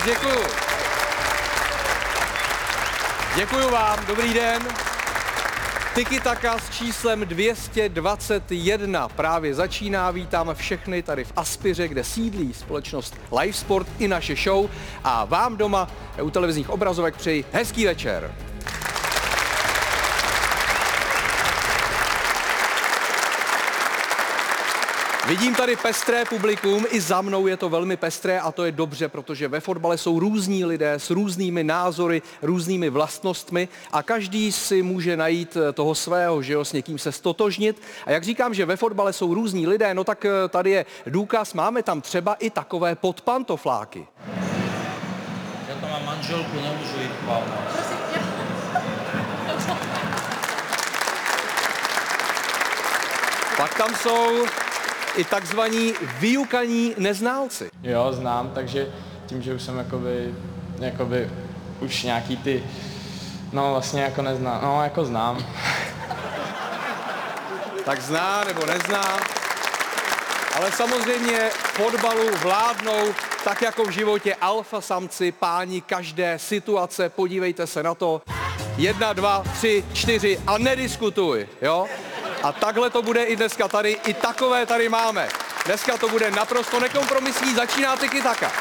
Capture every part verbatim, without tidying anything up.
Moc děkuju. Děkuju vám, dobrý den. Tiki Taka s číslem dvě stě dvacet jedna právě začíná. Vítám všechny tady v Aspiře, kde sídlí společnost Live Sport i naše show. A vám doma u televizních obrazovek přeji hezký večer. Vidím tady pestré publikum, i za mnou je to velmi pestré a to je dobře, protože ve fotbale jsou různí lidé s různými názory, různými vlastnostmi a každý si může najít toho svého, že jo, s někým se stotožnit. A jak říkám, že ve fotbale jsou různí lidé, no tak tady je důkaz, máme tam třeba i takové podpantofláky. Já tam mám manželku, nemůžu jít plavnout. Pak tam jsou i takzvaní vyjukaní neználci. Jo, znám, takže tím, že už jsem jakoby, jakoby už nějaký ty, no vlastně jako neznám, no jako znám. Tak zná nebo nezná, ale samozřejmě fotbalu vládnou tak jako v životě alfa samci, páni každé situace, podívejte se na to. Jedna, dva, tři, čtyři a nediskutuj, jo? A takhle to bude i dneska tady, i takové tady máme. Dneska to bude naprosto nekompromisní, začíná Tiki Taka.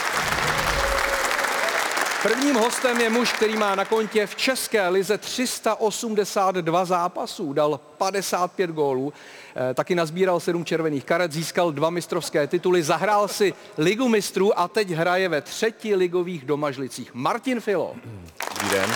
Prvním hostem je muž, který má na kontě v české lize tři sta osmdesát dva zápasů, dal padesát pět gólů, e, taky nazbíral sedm červených karet, získal dva mistrovské tituly, zahrál si Ligu mistrů a teď hraje ve třetí ligových domažlicích. Martin Filo. Dobrý den.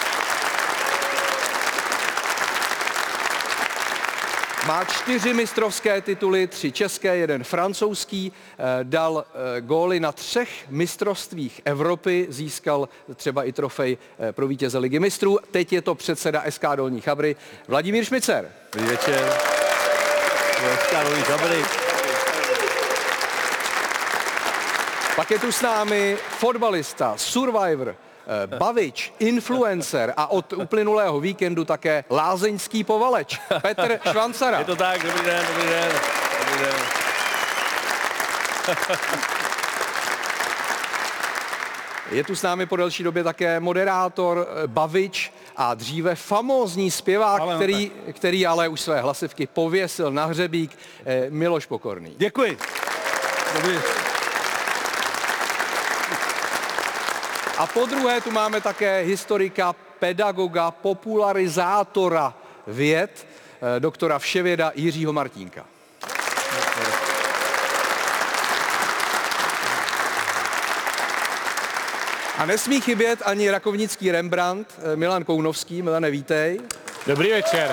Má čtyři mistrovské tituly, tři české, jeden francouzský, dal góly na třech mistrovstvích Evropy, získal třeba i trofej pro vítěze Ligy mistrů. Teď je to předseda S K Dolní Chabry, Vladimír Šmicer. Dobrý večer. S K Dolní Chabry. Pak je tu s námi fotbalista, survivor, bavič, influencer a od uplynulého víkendu také lázeňský povaleč, Petr Švancara. Je to tak, dobrý den, dobrý den. Dobrý den. Je tu s námi po delší době také moderátor, bavič a dříve famózní zpěvák, ale který, který ale už své hlasivky pověsil na hřebík, Miloš Pokorný. Děkuji. Dobrý. A po druhé tu máme také historika, pedagoga, popularizátora věd, doktora vševěda Jiřího Martínka. A nesmí chybět ani rakovnický Rembrandt, Milan Kounovský. Milane, vítej. Dobrý večer.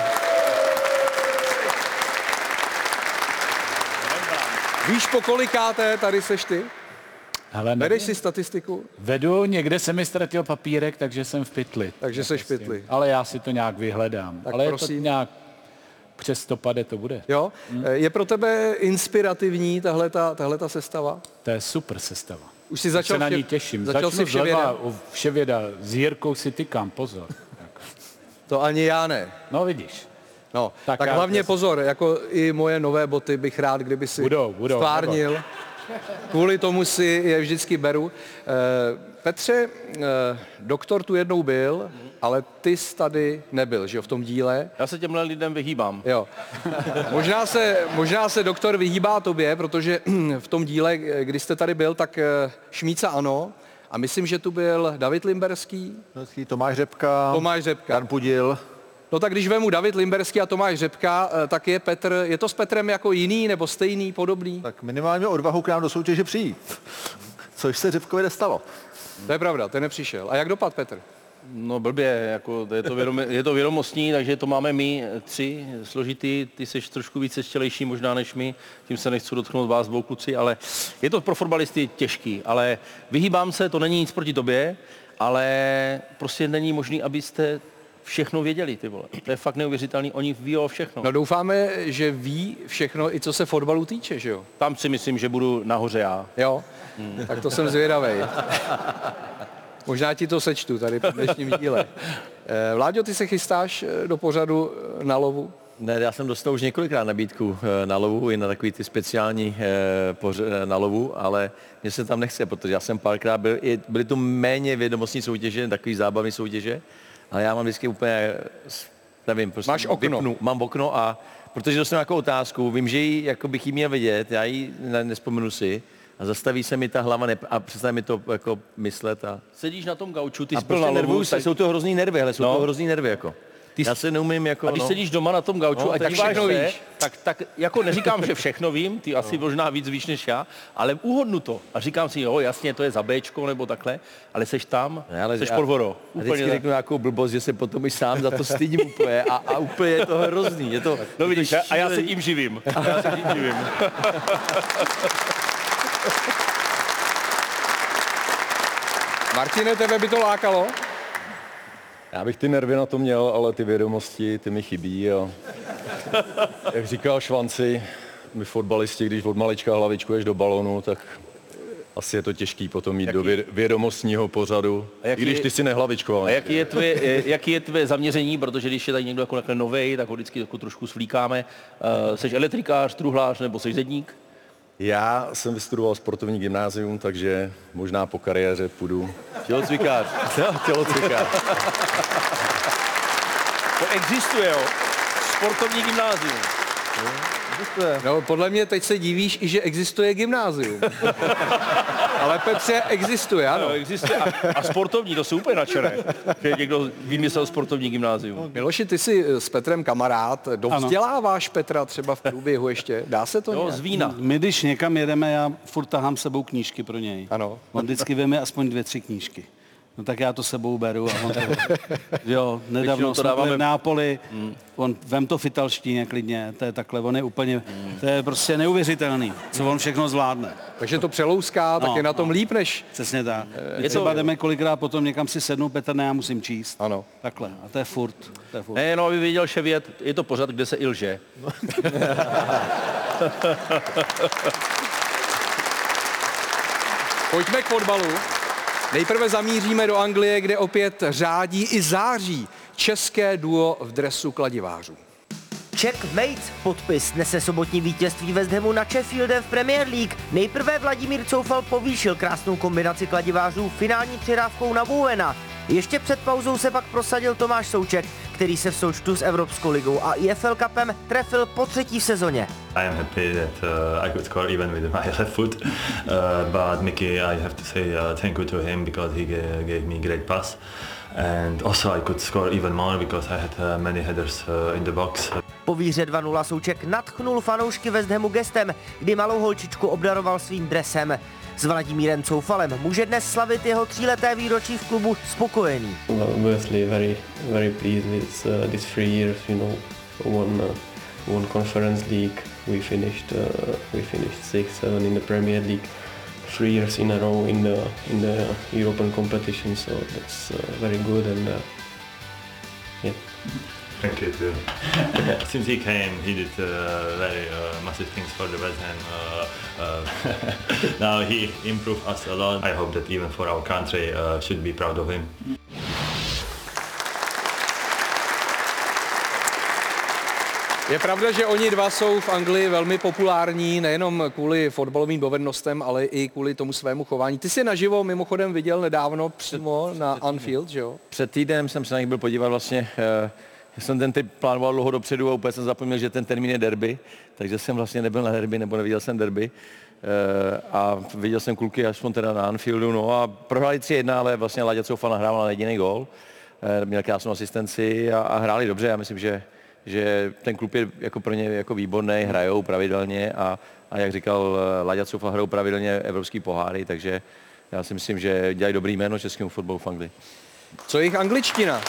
Víš, po kolikáté tady seš ty? Hele, Vedeš si statistiku? Vedu, někde se mi ztratil papírek, takže jsem v pytli. Takže seš v pytli. Ale já si to nějak vyhledám. Tak ale prosím. je to nějak přes stopade to bude. Jo? Hmm. Je pro tebe inspirativní tahleta, tahleta sestava? To je super sestava. Už si začal se na vše... ní těším. Začal Začnu si vševěda? u vševěda. S Jirkou si tykám, pozor. To ani já ne. No vidíš. No, tak, Tak tak já- hlavně pozor, jako i moje nové boty bych rád, kdyby si Budou, budou, stvárnil. Kvůli tomu si je vždycky beru. Eh, Petře, eh, doktor tu jednou byl, ale ty jsi tady nebyl, že jo, v tom díle. Já se těmhle lidem vyhýbám. Jo. Možná se, možná se doktor vyhýbá tobě, protože v tom díle, kdy jste tady byl, tak eh, Šmíca ano. A myslím, že tu byl David Limberský, Tomáš Řepka, Tomáš Řepka. Jan Pudil. No tak když vemu David Limberský a Tomáš Řepka, eh, tak je Petr, je to s Petrem jako jiný nebo stejný, podobný? Tak minimálně odvahu k nám do soutěže přijít. Což se Řepkovi nestalo. To je pravda, ten nepřišel. A jak dopadl Petr? No blbě, jako je to, vědom, je to vědomostní, takže to máme my tři složitý, ty jsi trošku více štělejší možná než my, tím se nechci dotknout vás dvou kluci, ale je to pro fotbalisty těžký, ale vyhýbám se, to není nic proti tobě, ale prostě není možný, abyste všechno věděli, ty vole. To je fakt neuvěřitelný, oni ví o všechno. No doufáme, že ví všechno, i co se fotbalu týče, že jo? Tam si myslím, že budu nahoře já. Jo? Hmm. Tak to jsem zvědavej. Možná ti to sečtu tady v dnešním díle. Vláďo, ty se chystáš do pořadu Na lovu? Ne, já jsem dostal už několikrát nabídku eh, na lovu, i na takový ty speciální eh, poř, eh, na lovu, ale mně se tam nechce, protože já jsem párkrát byl, i, byly tu méně vědomostní soutěže, takový zábavní soutěže, ale já mám vždycky úplně, nevím, prostě Máš okno. Vypnu, mám okno a protože dostanu nějakou otázku, vím, že ji, jako bych jí měl vidět, já ji ne, nespomenu si a zastaví se mi ta hlava ne, a přestane mi to jako myslet a... Sedíš na tom gauču, ty A jsi byl prostě na lovu, nervuju se, tak... jsou to hrozný nervy, hele, jsou No. to hrozný nervy, jako. Ty Já se neumím jako, A když no. sedíš doma na tom gauču No, a tak díváš všechno se, víš. tak, tak jako neříkám, že všechno vím, ty asi možná víc víš než já, ale uhodnu to. A říkám si, jo, jasně, to je za Bčko nebo takhle, ale seš tam, Ne, ale seš já- pod vodou. A vždycky řeknu nějakou blbost, že se potom i sám za to stydím úplně a, a úplně je to hrozný. Je to, No vidíš, je to a já se šílený. tím živím. Já se tím živím. Martine, tebe by to lákalo? Já bych ty nervy na to měl, ale ty vědomosti, ty mi chybí. A jak říkal Švanci, my fotbalisti, když od malička hlavičkuješ do balonu, tak asi je to těžký potom mít Jaký- do vě- vědomostního pořadu, A jaký i když je- ty si nehlavičkoval. A jaký je, tvoje, eh, jaký je tvoje zaměření, protože když je tady někdo jako takhle novej, tak ho vždycky jako trošku svlíkáme. Uh, seš elektrikář, truhlář nebo seš zedník? Já jsem vystudoval sportovní gymnázium, takže možná po kariéře půjdu. Tělocvikář. Jo, tělocvikář. To existuje, jo. Sportovní gymnázium. No, podle mě teď se divíš i, že existuje gymnázium. Ale Petře, existuje, ano. Ano, existuje. A, a sportovní, to jsou úplně nadšené, že někdo vymyslel sportovní gymnázium. Miloši, ty jsi s Petrem kamarád, dovzděláváš Petra třeba v průběhu ještě, dá se to Jo, nějak? z vína. My, když někam jedeme, já furt tahám sebou knížky pro něj. Ano. On vždycky veme aspoň dvě, tři knížky. No tak já to sebou beru a on to... Jo, nedávno Většinou to jsme byli dáváme- v Nápoli, mm. on vem to v italštině klidně, to je takhle, on je úplně, mm. to je prostě neuvěřitelný, co on všechno zvládne. Takže to přelouská, tak No, je na tom no. líp než... Přesně tak. Je Je to- třeba jdeme kolikrát potom někam si sednout, Petr, ne, já musím číst. Ano. Takhle, a to je furt, to je furt. Ne, no, aby věděl ševět, je to pořad, kde se i lže. Pojďme k fotbalu. Nejprve zamíříme do Anglie, kde opět řádí i září české duo v dresu kladivářů. Checkmate podpis nese sobotní vítězství West Hamu nad Sheffieldem v Premier League. Nejprve Vladimír Coufal povýšil krásnou kombinaci kladivářů finální přihrávkou na Bowena. Ještě před pauzou se pak prosadil Tomáš Souček, který se v součtu s Evropskou ligou a E F L Cupem trefil po třetí v sezóně. I am happy that uh, I could score even with my left foot, uh, but Mickey, I have to say uh, thank you to him because he gave, gave me great pass, and also I could score even more because I had uh, many headers uh, in the box. Po výhře dva nula Souček nadchnul fanoušky West Hamu gestem, kdy malou holčičku obdaroval svým dresem. S Vladimírem Coufalem může dnes slavit jeho tříleté výročí v klubu spokojený. Obviously very very pleased with uh, these three years, you know, one uh, one Conference League, we finished uh, we finished six, seven in the Premier League, three years in a row in the in the European competition, so that's uh, very good and uh, yeah. Thank you too. Since he came, he did uh, very uh, massive things for the West Ham. Uh, uh, now he improved us a lot. I hope that even for our country uh, should be proud of him. Je pravda, že oni dva jsou v Anglii velmi populární, nejenom kvůli fotbalovým dovednostem, ale i kvůli tomu svému chování. Ty jsi naživo mimochodem viděl nedávno přímo na Anfield, že jo? Před týdnem jsem se na nich byl podívat vlastně, eh, já jsem ten trip plánoval dlouho dopředu a úplně jsem zapomněl, že ten termín je derby, takže jsem vlastně nebyl na derby nebo neviděl jsem derby. Eh, a viděl jsem kluky aspoň teda na Anfieldu, no a prohráli tři jedna, ale vlastně Láďa Coufal nahrával na jediný gól. Eh, měl krásnou asistenci a, a hráli dobře, já myslím, že že ten klub je jako pro ně jako výborný, hrajou pravidelně a, a jak říkal Láďa Coufal, hrajou pravidelně evropský poháry, takže já si myslím, že dělají dobrý jméno českému fotbalu v Anglii. Co je jejich angličtina?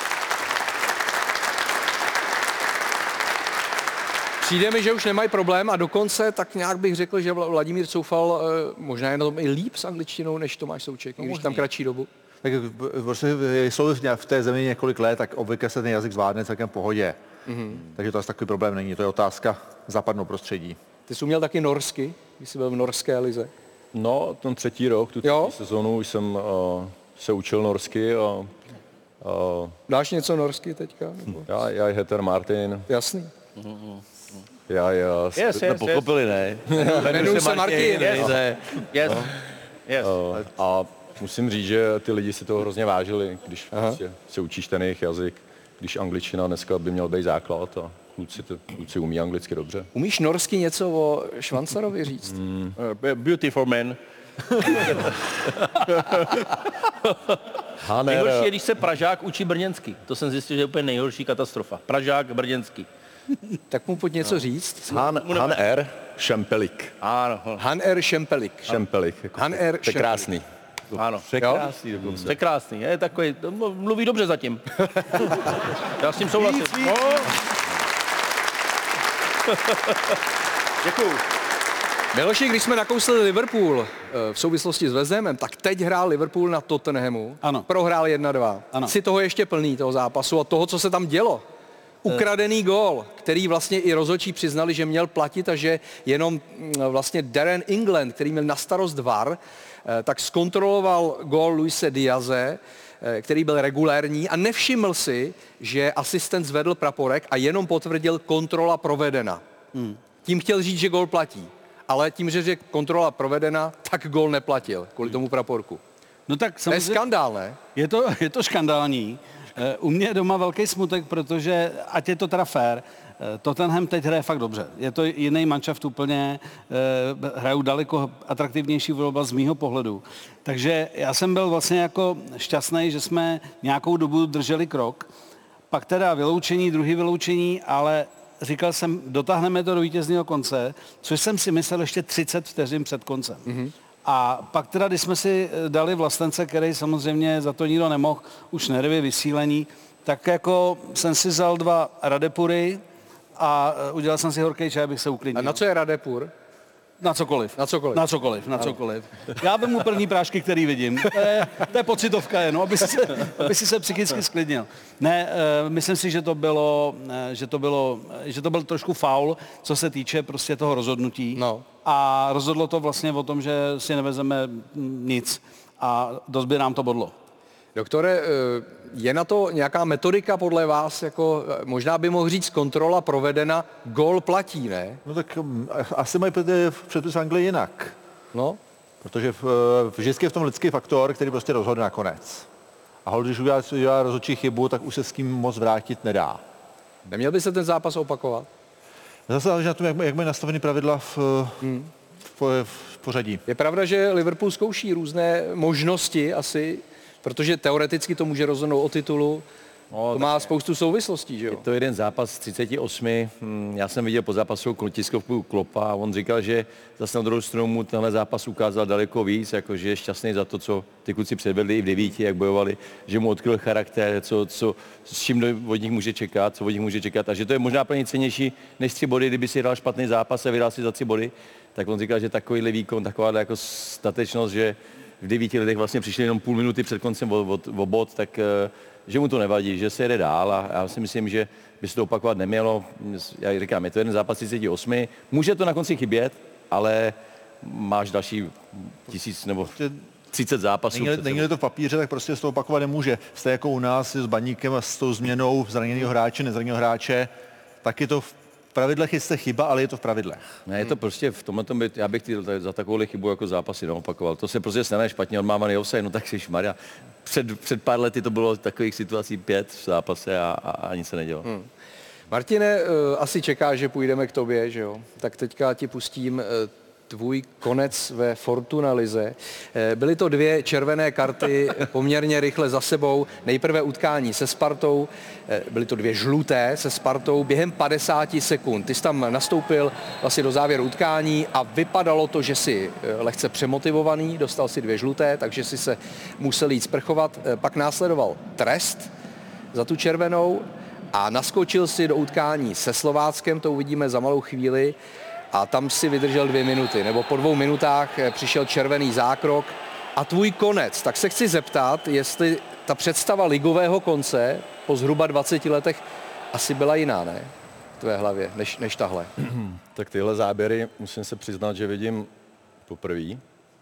Přijde mi, že už nemají problém a dokonce tak nějak bych řekl, že Vladimír Coufal možná je na tom i líp s angličtinou než Tomáš Souček, no, když tam kratší dobu. Tak prostě jsou v té zemi několik let, tak obvykle se ten jazyk zvládne celkem v pohodě. Mm-hmm. Takže to asi takový problém není, to je otázka západního prostředí. Ty jsi uměl taky norsky, když jsi byl v norské lize. No, ten třetí rok, tu třetí sezonu už jsem uh, se učil norsky a... Uh, Dáš něco norsky teďka? Nebo? já, já heter Martin. Jasný. Já, já. Yes, Jsme yes, pochopili, ne? Jmenuji se Martin. Yes, yes, yes. Uh, a musím říct, že ty lidi si toho hrozně vážili, když prostě se učíš ten jejich jazyk, když angličtina dneska by měl být základ a kluci, to, kluci umí anglicky dobře. Umíš norsky něco o Švancarovi říct? Mm. Uh, beautiful man. Haner, Nejhorší je, když se Pražák učí brněnsky. To jsem zjistil, že je úplně nejhorší katastrofa. Pražák brněnsky. Tak mu pojď něco říct. Han, Han R. Šempelik. Ano, Han R. Šempelik. Šempelik. Jako Han R. to je krásný. ano. Překrásný dokonce. Překrásný, je takový, mluví dobře zatím. Já s tím souhlasím. No. Děkuju. Miloši, když jsme nakousli Liverpool v souvislosti s West Hamem, tak teď hrál Liverpool na Tottenhamu. Ano. Prohrál jedna dva. Ano. Si toho ještě plný, toho zápasu a toho, co se tam dělo. Ukradený gól, který vlastně i rozhodčí přiznali, že měl platit a že jenom vlastně Darren England, který měl na starost V A R, tak zkontroloval gól Luise Diaze, který byl regulérní a nevšiml si, že asistent zvedl praporek a jenom potvrdil kontrola provedena. Hmm. Tím chtěl říct, že gól platí. Ale tím, že je kontrola provedena, tak gól neplatil kvůli tomu praporku. No tak to je skandál, ne? Je to, je to skandální. U mě je doma velký smutek, protože, ať je to teda fair, Tottenham teď hraje fakt dobře. Je to jiný manšaft úplně, hrajou daleko atraktivnější volba z mýho pohledu. Takže já jsem byl vlastně jako šťastný, že jsme nějakou dobu drželi krok. Pak teda vyloučení, druhý vyloučení, ale říkal jsem, dotáhneme to do vítězného konce, což jsem si myslel ještě třicet vteřin před koncem. Mm-hmm. A pak teda, když jsme si dali Vlastence, který samozřejmě za to nikdo nemohl, už nervy, vysílení, tak jako jsem si vzal dva Radepury a udělal jsem si horký čaj, abych se uklidnil. A na co je Radepur? Na cokoliv. Na cokoliv. Na cokoliv, na cokoliv. Já vemu první prášky, který vidím. To je, to je pocitovka jenom, aby si, se, aby si se psychicky sklidnil. Ne, uh, myslím si, že to bylo, uh, že to bylo, že to byl trošku faul, co se týče prostě toho rozhodnutí. No. A rozhodlo to vlastně o tom, že si nevezeme nic. A dost by nám to bodlo. Doktore, je na to nějaká metodika podle vás, jako možná by mohl říct kontrola provedena, gól platí, ne? No tak asi mají předpis Anglie jinak. No. Protože v, vždycky je v tom lidský faktor, který prostě rozhodne nakonec. A hol, když udělá, udělá rozhodčí chybu, tak už se s tím moc vrátit nedá. Neměl by se ten zápas opakovat? Zase záleží na tom, jak, jak mají nastaveny pravidla v, hmm. v, v pořadí. Je pravda, že Liverpool zkouší různé možnosti asi, protože teoreticky to může rozhodnout o titulu. No, to má spoustu souvislostí, že jo? Je to jeden zápas z třicet osm. Já jsem viděl po zápasu tiskovku Kloppa a on říkal, že zase na druhou stranu mu tenhle zápas ukázal daleko víc, jakože je šťastný za to, co ty kluci předvedli i v devíti, jak bojovali, že mu odkryl charakter, co, co, s čím od nich může čekat, co od nich může čekat a že to je možná pro ně cennější než tři body, kdyby si hrál špatný zápas a vydal si za tři body, tak on říkal, že takovýhle výkon, taková jako statečnost, že v devíti lidech vlastně přišli jenom půl minuty před koncem o, o, o bod, tak že mu to nevadí, že se jede dál a já si myslím, že by se to opakovat nemělo. Já říkám, je to jeden zápas třicet osm. Může to na konci chybět, ale máš další tisíc nebo třicet zápasů. Není to v papíře, tak prostě se to opakovat nemůže. Jste jako u nás s Baníkem a s tou změnou zraněného hráče, nezraněného hráče, tak je to v pravidlech jste chyba, ale je to v pravidlech. Ne, je to prostě v tomhle tom, já bych ty, za takovou chybu jako zápasy neopakoval. To se prostě stane špatně odmávaný offside, no tak Maria. Před, před pár lety to bylo takových situací pět v zápase a, a, a nic se nedělo. Hmm. Martine, uh, asi čekáš, že půjdeme k tobě, že jo? Tak teďka ti pustím uh, tvůj konec ve Fortuna lize. Byly to dvě červené karty poměrně rychle za sebou. Nejprve utkání se Spartou, byly to dvě žluté se Spartou během padesáti sekund. Ty jsi tam nastoupil vlastně do závěru utkání a vypadalo to, že jsi lehce přemotivovaný, dostal si dvě žluté, takže si se musel jít sprchovat. Pak následoval trest za tu červenou a naskočil si do utkání se Slováckem, to uvidíme za malou chvíli. A tam si vydržel dvě minuty, nebo po dvou minutách přišel červený zákrok a tvůj konec. Tak se chci zeptat, jestli ta představa ligového konce po zhruba dvaceti letech asi byla jiná, ne? V tvé hlavě, než, než tahle. Tak tyhle záběry musím se přiznat, že vidím poprvé,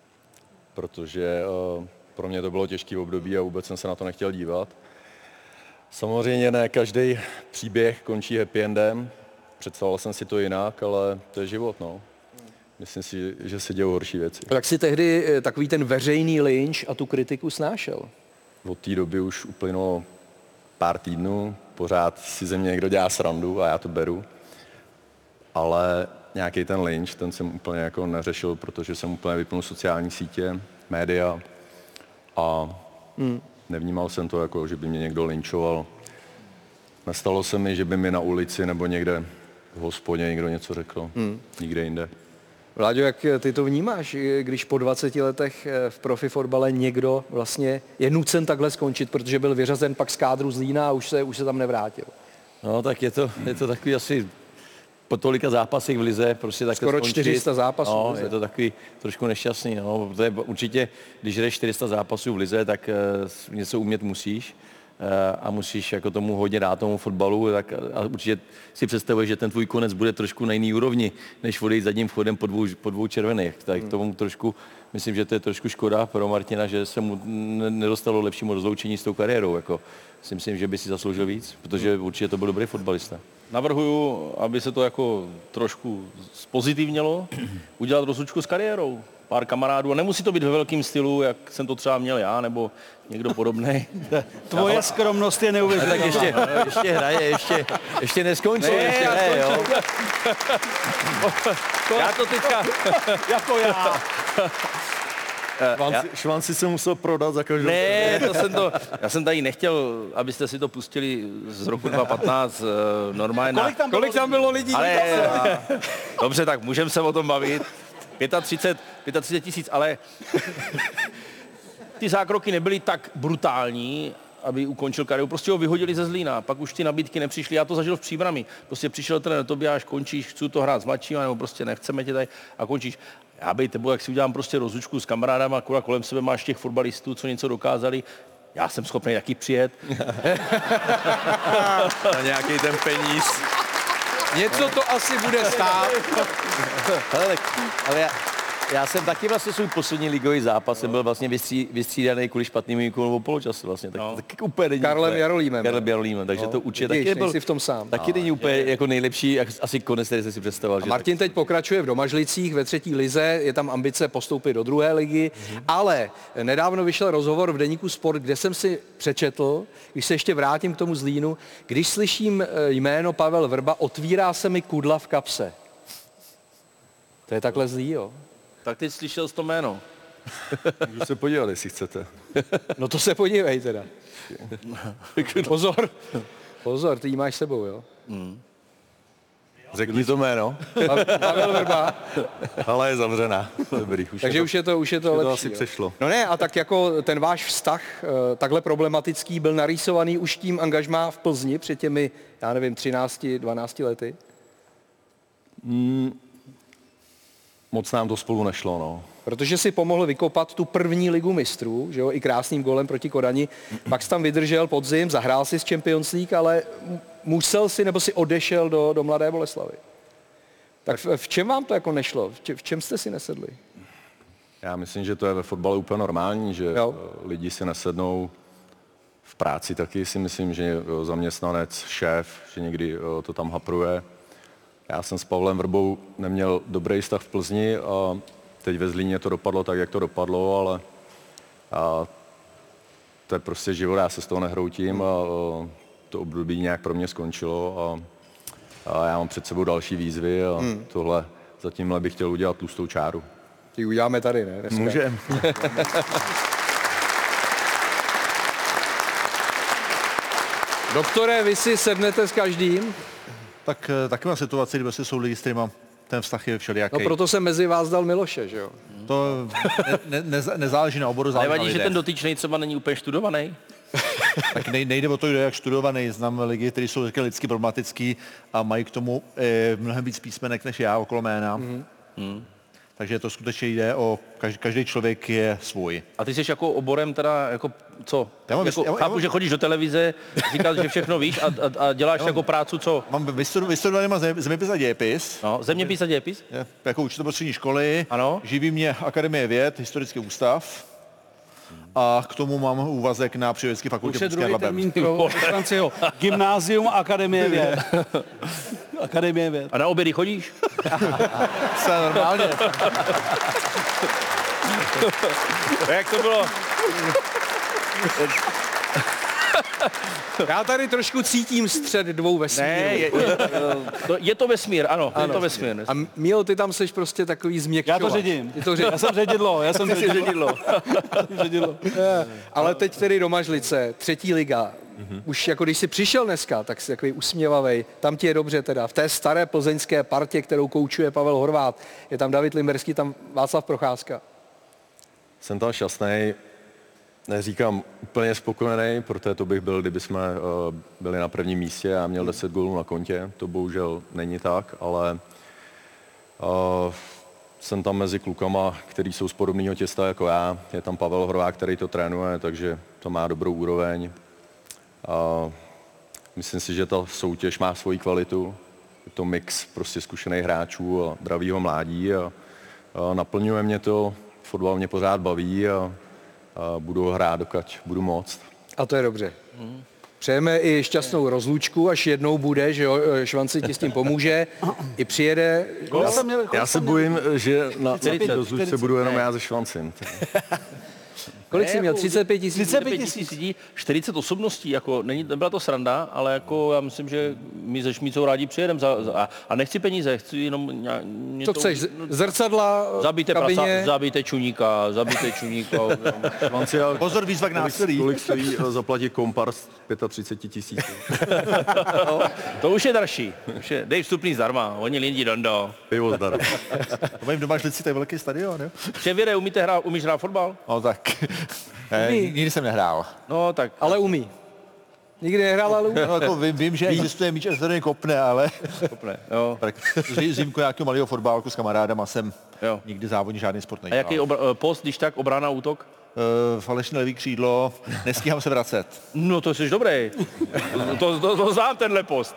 protože uh, pro mě to bylo těžké období a vůbec jsem se na to nechtěl dívat. Samozřejmě ne každý příběh končí happy endem. představoval jsem si to jinak, ale to je život, no. Myslím si, že se dějou horší věci. Jak si tehdy eh, takový ten veřejný lynč a tu kritiku snášel? Od té doby už uplynulo pár týdnů, pořád si ze mě někdo dělá srandu a já to beru. Ale nějaký ten lynč, ten jsem úplně jako neřešil, protože jsem úplně vypnul sociální sítě, média a hmm. nevnímal jsem to jako, že by mě někdo lynčoval. Nestalo se mi, že by mi na ulici nebo někde v hospodě někdo něco řekl. Hmm. Nikde jinde. Vláďo, jak ty to vnímáš, když po dvaceti letech v profi fotbale někdo vlastně je nucen takhle skončit, protože byl vyřazen pak z kádru Zlína a už se, už se tam nevrátil? No tak je to, je to takový asi po tolika zápasech v lize, prostě takhle skoro skončit. čtyři sta zápasů no, v lize. Je to takový trošku nešťastný, no, protože určitě, když jdeš čtyři sta zápasů v lize, tak uh, něco umět musíš. A musíš jako tomu hodně dát tomu fotbalu, tak a určitě si představuješ, že ten tvůj konec bude trošku na jiný úrovni, než odejít zadním vchodem po dvou, po dvou červených. Tak tomu trošku, myslím, že to je trošku škoda pro Martina, že se mu nedostalo lepšímu rozloučení s tou kariérou. Jako. Si myslím, že by si zasloužil víc, protože určitě to byl dobrý fotbalista. Navrhuju, aby se to jako trošku zpozitivnělo, udělat rozlučku s kariérou. Pár kamarádů, a nemusí to být ve velkém stylu, jak jsem to třeba měl já, nebo někdo podobný. Tvoje ale... skromnost je neuvěřitelná. Tak ještě, ještě hraje, ještě, ještě neskončil, ne, ještě hraje, jo. Já to teďka, jako já. Švanci, švanci se musel prodat za každou. Ne, to jsem to, já jsem tady nechtěl, abyste si to pustili z roku dva tisíce patnáct normálně. Kolik tam, kolik tam bylo lidí? Ale, dobře, tak můžeme se o tom bavit. třicet pět, třicet pět tisíc, ale ty zákroky nebyly tak brutální, aby ukončil kariéru. Prostě ho vyhodili ze Zlína, pak už ty nabídky nepřišly. Já to zažil v Příbrami. Prostě přišel trenér Tobiáš, končíš, chci to hrát s mladším, nebo prostě nechceme tě tady a končíš. Já bej tebou, jak si udělám prostě rozlučku s kamarádama, akorát kolem sebe máš těch fotbalistů, co něco dokázali. Já jsem schopný taky přijet. Na nějaký ten peníz. Něco to asi bude stát. ale, tak, ale já, já jsem taky vlastně svůj poslední ligový zápas, jsem byl vlastně vystří, vystřídaný kvůli špatným výkonům v poločasu vlastně. Tak, no. tak úplně není Karlem Jarolímem. Karlem Jarolímem, takže no, to určitě taky taky byl. v tom sám. Taky no, není úplně je, jako nejlepší, jak, asi konec, který jsi si představoval. A Martin tak... teď pokračuje v Domažlicích ve třetí lize, je tam ambice postoupit do druhé ligy, mm-hmm. ale nedávno vyšel rozhovor v deníku Sport, kde jsem si přečetl, když se ještě vrátím k tomu Zlínu, když slyším jméno Pavel Vrba, otvírá se mi kudla v kapse. To je takhle zlý, jo? Tak teď slyšel jsi to jméno. Můžu se podívat, jestli chcete. No to se podívej teda. Pozor. Pozor, ty jí máš sebou, jo? Hmm. Řekni to jméno. Pavel Vrba. Ale je zavřená. Dobrý, už Takže je to, už je to, už je to už lepší. To asi jo. přešlo. No ne, a tak jako ten váš vztah takhle problematický byl narýsovaný už tím angažmá v Plzni před těmi, já nevím, třinácti, dvanácti lety? Hmm. Moc nám to spolu nešlo, no. Protože si pomohl vykopat tu první ligu mistrů, že jo, i krásným golem proti Kodani. Pak jsi tam vydržel podzim, zahrál si s Champions League, ale musel si, nebo si odešel do, do Mladé Boleslavi. Tak v, v čem vám to jako nešlo? V, če, v čem jste si nesedli? Já myslím, že to je ve fotbale úplně normální, že jo. Lidi si nesednou. V práci taky si myslím, že zaměstnanec, šéf, že někdy to tam hapruje. Já jsem s Pavlem Vrbou neměl dobrý vztah v Plzni a teď ve Zlíně to dopadlo tak, jak to dopadlo, ale a to je prostě život, já se z toho nehroutím a, a to období nějak pro mě skončilo a, a já mám před sebou další výzvy a hmm. tohle za tímhle bych chtěl udělat tlustou čáru. Ty uděláme tady, ne? Dneska. Můžem. Doktore, vy si sednete s každým? Tak taky mám situaci, kdy vlastně jsou lidi, s kterými ten vztah je všelijaký. No proto jsem mezi vás dal Miloše, že jo? To ne, ne, nezáleží na oboru, záleží na lidech. Nevadí, že ten dotyčný třeba není úplně študovaný? Tak nejde o to, kdo je jak študovaný. Znám lidi, kteří jsou také lidsky problematický a mají k tomu eh, mnohem víc písmenek než já okolo jména. Mm-hmm. Mm. Takže to skutečně jde o, každý, každý člověk je svůj. A ty jsi jako oborem teda, jako co? Já mám, jako, já, chápu, já, že chodíš do televize, říkáš, že všechno víš a, a, a děláš mám, jako prácu co? Mám vystudovaný mám zeměpis a dějepis. No, zeměpis a dějepis? Je, jako učitel prostřední školy. Ano. Živí mě Akademie věd, Historický ústav. A k tomu mám úvazek na Přírodovědecké fakultě. Už je druhý termín pro Franciho. Gymnázium, Akademie věd. Akademie věd. A na obědy chodíš? Se normálně. Jak to bylo? Já tady trošku cítím střed dvou vesmírů. Ne, je, je, to, je to vesmír, ano, ano, je to vesmír. A Mílo, ty tam seš prostě takový změkčovač. Já to ředím. Ty to ředí. Já jsem ředidlo, já jsem Ředidlo. ředidlo. ředidlo. Ale teď tedy do Mažlice, třetí liga. Mm-hmm. Už jako když jsi přišel dneska, tak jsi takový usměvavej. Tam ti je dobře teda. V té staré plzeňské partě, kterou koučuje Pavel Horváth, je tam David Limberský, tam Václav Procházka. Jsem tam šťastný, neříkám úplně spokojený, protože to bych byl, kdyby jsme uh, byli na prvním místě a měl deset gólů na kontě. To bohužel není tak, ale uh, jsem tam mezi klukama, kteří jsou z podobného těsta jako já. Je tam Pavel Horváth, který to trénuje, takže to má dobrou úroveň. Uh, myslím si, že ta soutěž má svoji kvalitu. Je to mix prostě zkušených hráčů a dravýho mládí a, a naplňuje mě to. Fotbal mě pořád baví a, a budu ho hrát, dokud budu moct. A to je dobře. Přejeme i šťastnou rozlučku, až jednou bude, že jo, Švanci ti s tím pomůže. I přijede... Já, jsem měl, Já se bojím, že na té rozlučce budu jenom já se Švancem. Kolik jsi měl? třicet pět tisíc? třicet pět tisíc lidí, čtyřicet osobností, jako není, nebyla to sranda, ale jako já myslím, že my se Šmícou rádi přijedeme za, za, a nechci peníze, chci jenom ně, Co chceš? Zrcadla, zabijte kabině? Prasa, zabijte čuníka, zabijte čuníka. Švanci, Pozor, výzva k násilí. Kolik stojí zaplatit kompars třicet pět tisíc? No, to už je dražší. Už je, dej vstupný zdarma, oni lidi dondo. Pivo zdarma. To mají v Domažlici, to je velký stadion, jo? Převěre, umíte hrát, umíš hrát fotbal? No tak. Ne, nikdy jsem nehrál. No tak. Ale umí. Nikdy nehrál, ale umí. No, jako vím, vím, že existuje míč, který kopne, ale... Kopne, jo. Tak zimku nějakého malého fotbálku s kamarádama jsem jo. nikdy závodní žádný sport A nedělal. jaký obra- post, když tak, obrana, útok? Uh, falešný levý křídlo, nestíhám se vracet. No to jsi dobrý. to, to, to znám tenhle post.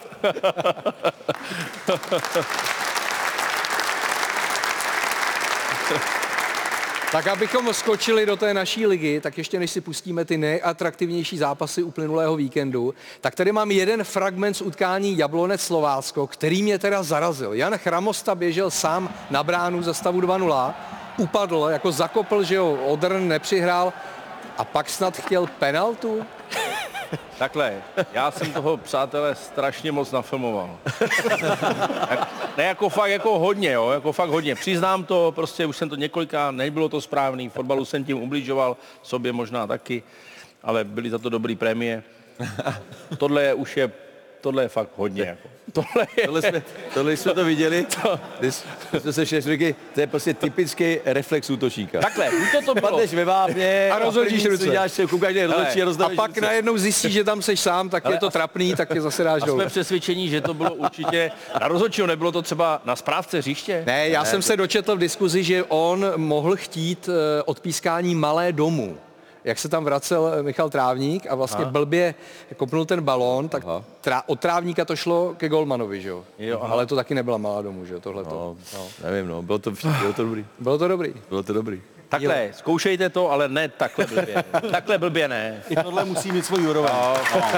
Tak abychom skočili do té naší ligy, tak ještě než si pustíme ty nejatraktivnější zápasy uplynulého víkendu, tak tady mám jeden fragment z utkání Jablonec Slovácko, který mě teda zarazil. Jan Chramosta běžel sám na bránu za stavu dva nula, upadl, jako zakopl, že jo, Odrn nepřihrál a pak snad chtěl penaltu. Takhle, já jsem toho, přátelé, strašně moc nafilmoval. Ne, jako fakt, jako hodně, jo, jako fakt hodně. Přiznám to, prostě už jsem to několikrát, nebylo to správný, v fotbalu jsem tím ubližoval, sobě možná taky, ale byly za to dobrý prémie. Tohle je, už je, tohle je fakt hodně, jako. Tohle, je... tohle, jsme, tohle jsme to viděli, to... když jsme se šli říky, to je prostě typický reflex útočníka. Takhle, už to, to bylo. Padneš ve vápně a rozhodíš ruce. Děláš se, koukáš, rozhodčí a rozdáš A pak ruce. najednou zjistíš, že tam seš sám, tak ale je to trapný, tak je zase dáš a dolů. jsme přesvědčení, že to bylo určitě na rozhodčího, nebylo to třeba na správce hřiště? Ne, já ne, jsem to... se dočetl v diskuzi, že on mohl chtít odpískání malé domů. Jak se tam vracel Michal Trávník a vlastně aha. blbě kopnul ten balón, tak trá, od Trávníka to šlo ke golmanovi, že jo? jo ale to taky nebyla malá domů, že jo, tohleto. No, no. Nevím, no, bylo to, bylo to dobrý. Bylo to dobrý. Bylo to dobrý. Takhle, jo. Zkoušejte to, ale ne takhle blbě. Takhle blbě ne. I tohle musí mít svůj úroveň. No, no.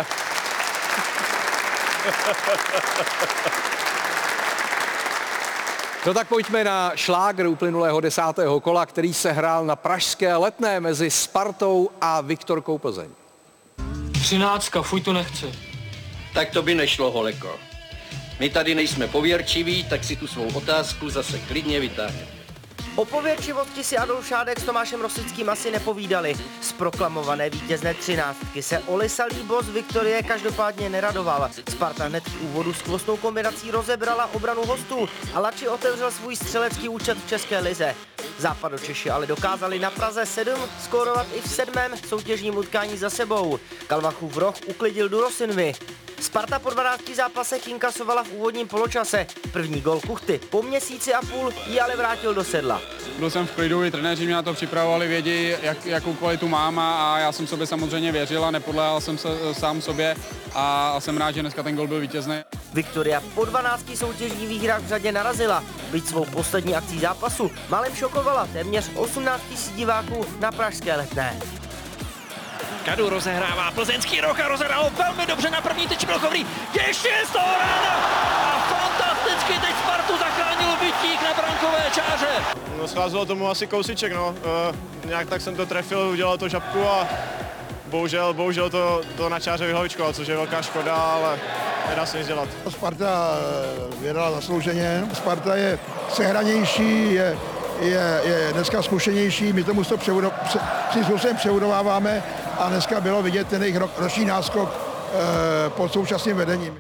No tak pojďme na šlágr uplynulého desátého kola, který se hrál na pražské Letné mezi Spartou a Viktorkou Plzeň. Třináctka, fuj, to nechci. Tak to by nešlo, Holeko. My tady nejsme pověrčiví, tak si tu svou otázku zase klidně vytáhněte. O pověrčivosti si Adolf Šádek s Tomášem Rosickým asi nepovídali. Z proklamované vítězné třináctky se olisalý boss Viktorie každopádně neradoval. Sparta hned v úvodu s kvostnou kombinací rozebrala obranu hostů a Lači otevřel svůj střelecký účet v České lize. Západočeši ale dokázali na Praze sedm skórovat i v sedmém soutěžním utkání za sebou. Kalvachův roh uklidil Durosinvy. Sparta po dvanácti zápasech inkasovala v úvodním poločase. První gol Kuchty po měsíci a půl ji ale vrátil do sedla. Byl jsem v klidu, i trenéři mě na to připravovali, vědí, jak, jakou kvalitu mám a já jsem sobě samozřejmě věřil a nepodléhal jsem se sám sobě a jsem rád, že dneska ten gol byl vítězný. Viktoria po dvanácti soutěžních výhrách v řadě narazila. Byť svou poslední akcí zápasu málem šokovala téměř osmnáct tisíc diváků na pražské Letné. Kadu rozehrává plzeňský roh a rozehrál velmi dobře na první tyči byl Chovrý. Ještě je z toho rána a fantasticky teď Spartu zachránil Bytík na brankové čáře. No, scházelo tomu asi kousíček, no. E, nějak tak jsem to trefil, udělal to žabku a bohužel, bohužel to, to na čáře vyhlavičkoval, což je velká škoda, ale nedá se nic dělat. Sparta vyhrala zaslouženě, Sparta je sehranější, je, je, je dneska zkušenější, my tomu to přebudo, pře, svým způsobem přebudováváme a dneska bylo vidět ten jejich roční náskok e, pod současným vedením.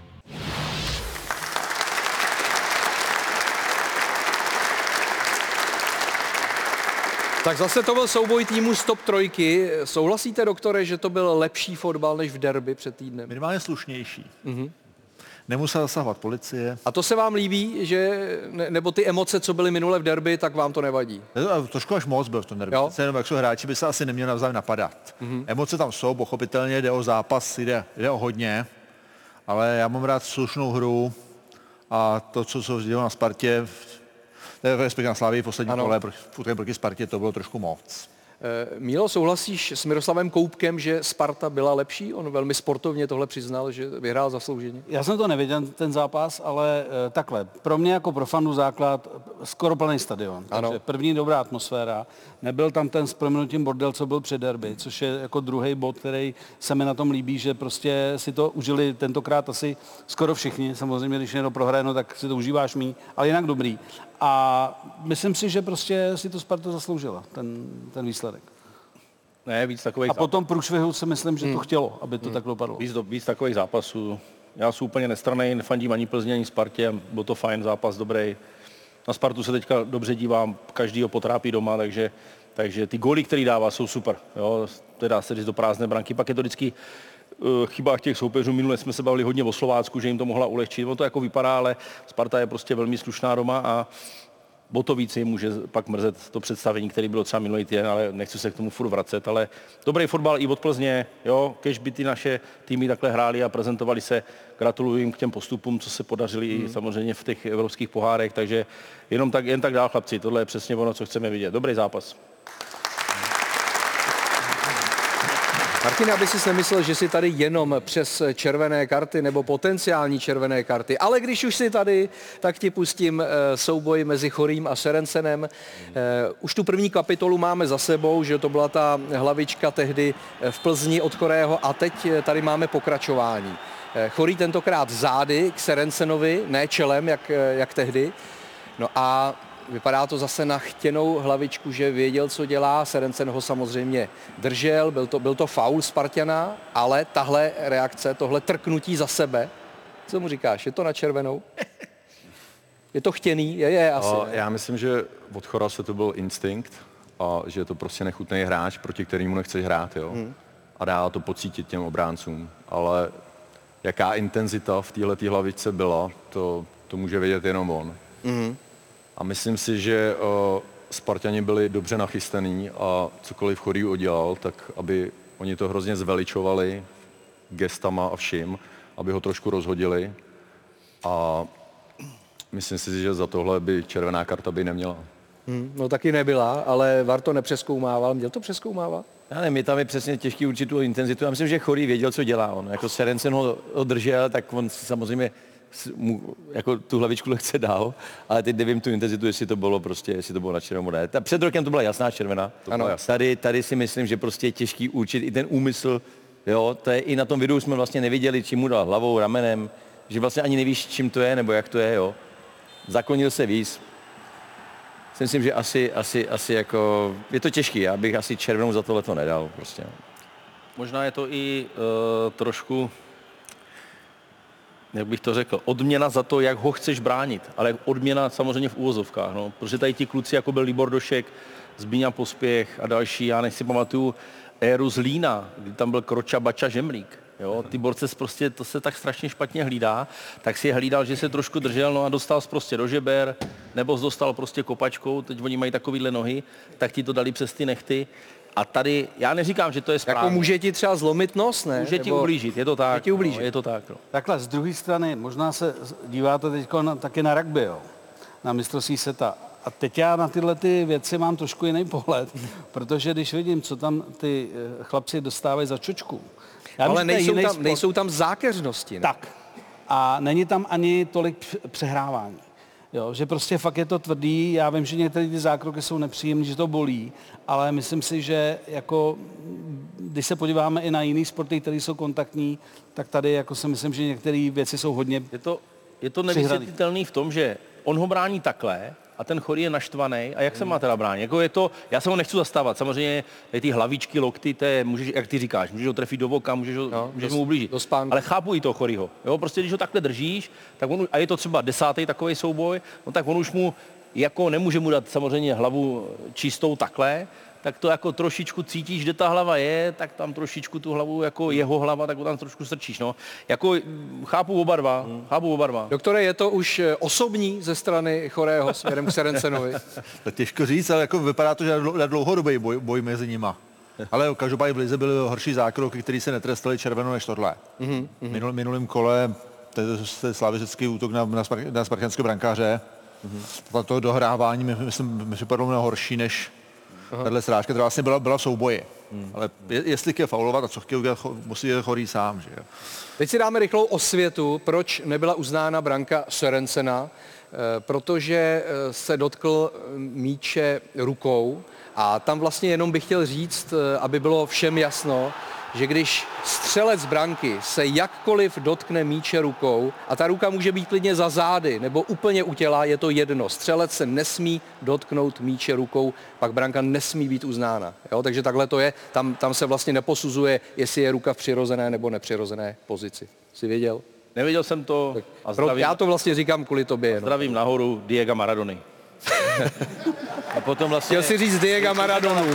Tak zase to byl souboj týmu z top trojky. Souhlasíte, doktore, že to byl lepší fotbal než v derby před týdnem? Minimálně slušnější. Mhm. Nemusel zasahovat policie. A to se vám líbí, že ne, nebo ty emoce, co byly minule v derby, tak vám to nevadí? Trošku až moc byl v tom derby. Přece jenom, jak jsou hráči, by se asi neměli navzájem napadat. Mhm. Emoce tam jsou, pochopitelně jde o zápas, jde, jde o hodně, ale já mám rád slušnou hru a to, co se dělo na Spartě, respektive na Slavii v posledním kole proti, proti Spartě, to bylo trošku moc. E, Mílo, souhlasíš s Miroslavem Koupkem, že Sparta byla lepší? On velmi sportovně tohle přiznal, že vyhrál zaslouženě. Já jsem to neviděl, ten zápas, ale e, takhle. Pro mě jako pro fanu základ skoro plný stadion. Ano. Takže první dobrá atmosféra. Nebyl tam ten s prominutím bordel, co byl před derby, což je jako druhý bod, který se mi na tom líbí, že prostě si to užili tentokrát asi skoro všichni. Samozřejmě, když někdo prohraje, no, tak si to užíváš mý, ale jinak dobrý. A myslím si, že prostě si to Sparta zasloužila, ten, ten výsledek. Ne, víc takových A potom průšvihu si myslím, že to Hmm. chtělo, aby to Hmm. tak dopadlo. Víc, do, víc takových zápasů. Já jsem úplně nestranný, nefandím ani Plzni, ani Spartě. Byl to fajn zápas, dobrý. Na Spartu se teďka dobře dívám, každý ho potrápí doma, takže, takže ty góly, který dává, jsou super. Jo, to dá se říct do prázdné branky. Pak je to vždycky uh, chyba těch soupeřů. Minule jsme se bavili hodně o Slovácku, že jim to mohla ulehčit. On to jako vypadá, ale Sparta je prostě velmi slušná doma a o to víc jim může pak mrzet to představení, které bylo třeba minulý týden, ale nechci se k tomu furt vracet, ale dobrý fotbal i od Plzně, jo, kež by ty naše týmy takhle hráli a prezentovali se, gratuluji jim k těm postupům, co se podařili hmm. samozřejmě v těch evropských pohárech, takže jenom tak, jen tak dál, chlapci, tohle je přesně ono, co chceme vidět. Dobrý zápas. Martin, aby si nemyslel, že si tady jenom přes červené karty nebo potenciální červené karty, ale když už si tady, tak ti pustím souboj mezi Chorým a Serencenem. Už tu první kapitolu máme za sebou, že to byla ta hlavička tehdy v Plzni od Chorého a teď tady máme pokračování. Chorý tentokrát zády k Serencenovi, ne čelem, jak, jak tehdy. No a vypadá to zase na chtěnou hlavičku, že věděl, co dělá. Serencen ho samozřejmě držel, byl to, byl to faul Spartana, ale tahle reakce, tohle trknutí za sebe, co mu říkáš, je to na červenou? Je to chtěný? Je, je asi. A já myslím, že od Chora se to byl instinkt a že je to prostě nechutný hráč, proti kterému nechceš hrát, jo. Hmm. A dá to pocítit těm obráncům, ale jaká intenzita v téhletý hlavičce byla, to, to může vědět jenom on. Hmm. A myslím si, že uh, Spartani byli dobře nachystaný a cokoliv Chorý udělal, tak aby oni to hrozně zveličovali gestama a vším, aby ho trošku rozhodili. A myslím si, že za tohle by červená karta by neměla. Hmm, no taky nebyla, ale V A R to nepřezkoumával. Měl to přezkoumávat? Já nevím, je tam je přesně těžký určit tu intenzitu. Já myslím, že Chorý věděl, co dělá. On jako Serencen ho, ho držel, tak on samozřejmě mu, jako tu hlavičku lehce dál, ale teď nevím tu intenzitu, jestli to bylo prostě, jestli to bylo na červenou ne. Ta, před rokem to byla jasná červená. Ano. Tady, tady si myslím, že prostě je těžký určit i ten úmysl, jo, to je i na tom videu jsme vlastně neviděli, čím mu dal hlavou, ramenem, že vlastně ani nevíš, čím to je, nebo jak to je, jo. Zaklonil se víc. Myslím, že asi, asi, asi jako, je to těžký, já bych asi červenou za tohle to nedal, prostě. Možná je to i uh, trošku, jak bych to řekl, odměna za to, jak ho chceš bránit, ale odměna samozřejmě v úvozovkách, no, protože tady ti kluci, jako byl Libor Došek, Zbíňa Pospěch a další, já nech si pamatuju éru z Lína, kdy tam byl Kroča, Bača, Žemlík, jo, ty borce prostě, to se tak strašně špatně hlídá, tak si je hlídal, že se trošku držel, no a dostal prostě do žeber, nebo dostal prostě kopačkou, teď oni mají takovýhle nohy, tak ti to dali přes ty nechty. A tady, já neříkám, že to je správně. Jako může ti třeba zlomit nos, ne? Může ti Nebo ublížit, je to tak. ti ublížit. No, je to tak. No. Takhle, z druhé strany, možná se díváte teď na, taky na rugby, jo, na mistrovství světa. a teď já na tyhle ty věci mám trošku jiný pohled, protože když vidím, co tam ty chlapci dostávají za čočku. Já ale myslím, nejsou tam, sport. nejsou tam zákeřnosti. Ne? Tak. A není tam ani tolik přehrávání. Jo, že prostě fakt je to tvrdý, já vím, že některé ty zákroky jsou nepříjemné, že to bolí, ale myslím si, že jako, když se podíváme i na jiný sporty, které jsou kontaktní, tak tady jako si myslím, že některé věci jsou hodně Je to, je to nevysvětlitelný v tom, že on ho brání takhle a ten chorý je naštvaný. A jak se má teda bránit? Jako je to, já se ho nechci zastávat. Samozřejmě ty hlavičky, lokty, to je, můžeš, jak ty říkáš, můžeš ho trefit do voka, můžeš, ho, no, můžeš mu ublížit. Ale chápu i toho chorýho. Jo, prostě když ho takhle držíš, tak on, a je to třeba desátý takový souboj, no tak on už mu jako nemůže mu dát samozřejmě hlavu čistou takhle, tak to jako trošičku cítíš, kde ta hlava je, tak tam trošičku tu hlavu, jako jeho hlava, tak ho tam trošku strčíš, no. Jako chápu oba dva, hmm. chápu oba dva. Doktore, je to už osobní ze strany chorého směrem k Serencenovi? To těžko říct, ale jako vypadá to, že je dlouhodobý boj, boj mezi nima. Ale každopádně v lize byly horší zákroky, které se netrestaly červenou než tohle. Mm-hmm. Minul, minulým kole ten slavistický útok na, na, spar, na spartanského brankáře, mm-hmm. to dohrávání mi, myslím, mi připadlo mnoho horší než tahle srážka, která vlastně byla, byla v souboji. Hmm. Ale je, jestli chtěl faulovat a co chtěl udělat, musí jít chorý sám. Že jo? Teď si dáme rychlou osvětu, proč nebyla uznána branka Serencena, e, protože se dotkl míče rukou a tam vlastně jenom bych chtěl říct, aby bylo všem jasno, že když střelec branky se jakkoliv dotkne míče rukou, a ta ruka může být klidně za zády nebo úplně u těla, je to jedno. Střelec se nesmí dotknout míče rukou, pak branka nesmí být uznána. Jo? Takže takhle to je. Tam, tam se vlastně neposuzuje, jestli je ruka v přirozené nebo nepřirozené pozici. Jsi věděl? Nevěděl jsem to. A zdravím, já to vlastně říkám kvůli tobě. Zdravím nahoru Diego Maradony. A potom vlastně... Chtěl si říct Diego Maradonu.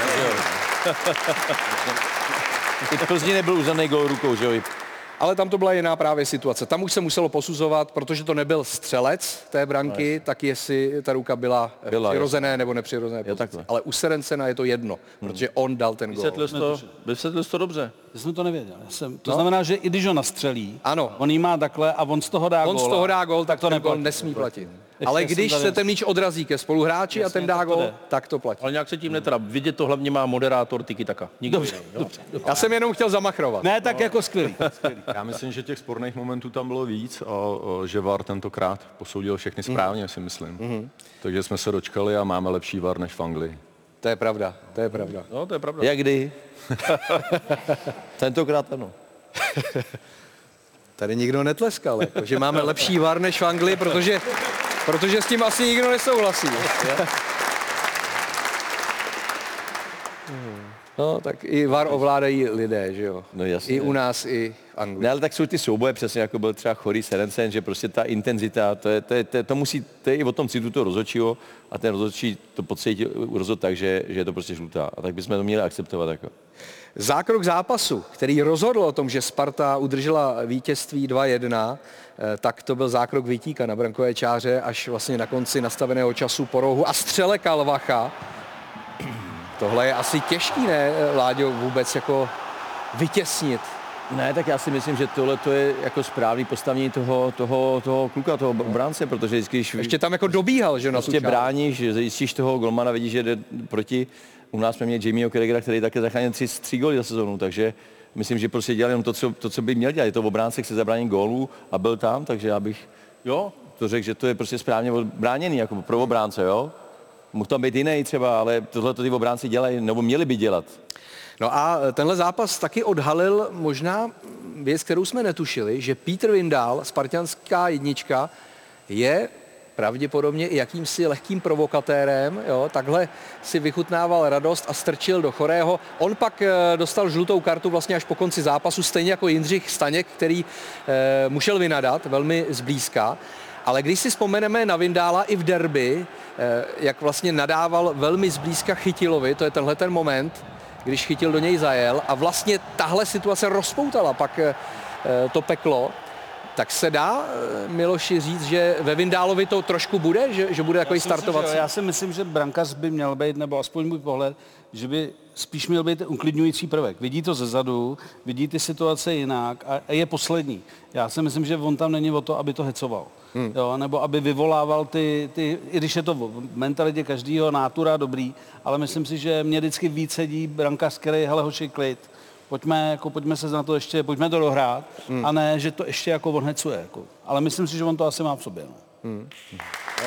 I v Plzni nebyl uznaný gól rukou, že jo? Ale tam to byla jiná právě situace. Tam už se muselo posuzovat, protože to nebyl střelec té branky, no, tak jestli ta ruka byla, byla přirozené nebo nepřirozené. Ale u Serencena je to jedno, hmm. protože on dal ten gól. Vysvětlil jsi to dobře. Já jsem to nevěděl. Já jsem, to no. znamená, že i když ho nastřelí, ano. on jí má takhle a on z toho dá gól. On góla, z toho dá gól, tak to ten gól nesmí platit. Ale když se ten míč odrazí ke spoluhráči Jasně, a ten dá gól, tak to platí. Ale nějak se tím netrap. Vidět to hlavně má moderátor tiki taka. Nikdo dobře, jiný, dobře, dobře. Já jsem jenom chtěl zamachrovat. Ne, tak no. jako skvělý. skvělý. Já myslím, že těch sporných momentů tam bylo víc a, a že V A R tentokrát posoudil všechny správně, mm. si myslím. Mm. Takže jsme se dočkali a máme lepší V A R než v Anglii. To je pravda, to je pravda. No, to je pravda. Jak kdy? Tentokrát ano. Tady nikdo netleskal, jako, že máme lepší V A R než v Anglii, protože, protože s tím asi nikdo nesouhlasí. No, tak i V A R ovládají lidé, že jo? No jasně. I u nás, i v Anglii. Ne, ale tak jsou ty souboje přesně, jako byl třeba chorý Serencen, že prostě ta intenzita, to je, to je, to je, to musí, to je i o tom citu toho rozhodčího a ten rozhodčí to pocítí rozhod tak, že, že je to prostě žlutá. A tak bychom to měli akceptovat. Jako. Zákrok zápasu, který rozhodl o tom, že Sparta udržela vítězství dva jedna, tak to byl zákrok Vítíka na brankové čáře až vlastně na konci nastaveného času po rohu a střele Kalvacha. Tohle je asi těžký, ne, Láďo, vůbec jako vytěsnit. Ne, tak já si myslím, že tohle to je jako správný postavení toho, toho, toho kluka, toho bránce, protože vždycky, když... Ještě tam jako dobíhal, že na tu čáru. Prostě bráníš, zjistíš toho golmana, vidíš, že jde proti... U nás jsme měli Jamieho Carragera, který také zachránil tři, tři góly za sezonu, takže myslím, že prostě dělal jenom to, co, to, co by měl dělat. Je to obránce, chce zabránit gólů a byl tam, takže já bych jo, to řekl, že to je prostě správně bráněný, jako pro obránce, jo. Mohl tam být jiný třeba, ale tohle to ty obránci dělají, nebo měli by dělat. No a tenhle zápas taky odhalil možná věc, kterou jsme netušili, že Petr Vindál, spartanská jednička, je pravděpodobně i jakýmsi lehkým provokatérem, jo, takhle si vychutnával radost a strčil do chorého. On pak e, dostal žlutou kartu vlastně až po konci zápasu, stejně jako Jindřich Staněk, který e, musel vynadat velmi zblízka. Ale když si vzpomeneme na Vindála i v derby, e, jak vlastně nadával velmi zblízka Chytilovi, to je tenhle ten moment, když Chytil do něj zajel a vlastně tahle situace rozpoutala pak e, to peklo, tak se dá, Miloši, říct, že ve Vindálovi to trošku bude, že, že bude takový startovací? Já si myslím, že brankář by měl být, nebo aspoň můj pohled, že by spíš měl být uklidňující prvek. Vidí to zezadu, vidí ty situace jinak a je poslední. Já si myslím, že on tam není o to, aby to hecoval. Hmm. Jo, nebo aby vyvolával ty, ty, i když je to v mentalitě každého nátura dobrý, ale myslím si, že mě vždycky víc sedí brankář, který, hele hoši, klid. Pojďme, jako, pojďme se na to ještě, pojďme to dohrát, hmm. a ne, že to ještě jako on hecuje. Jako. Ale myslím si, že on to asi má v sobě. No. Hmm. No.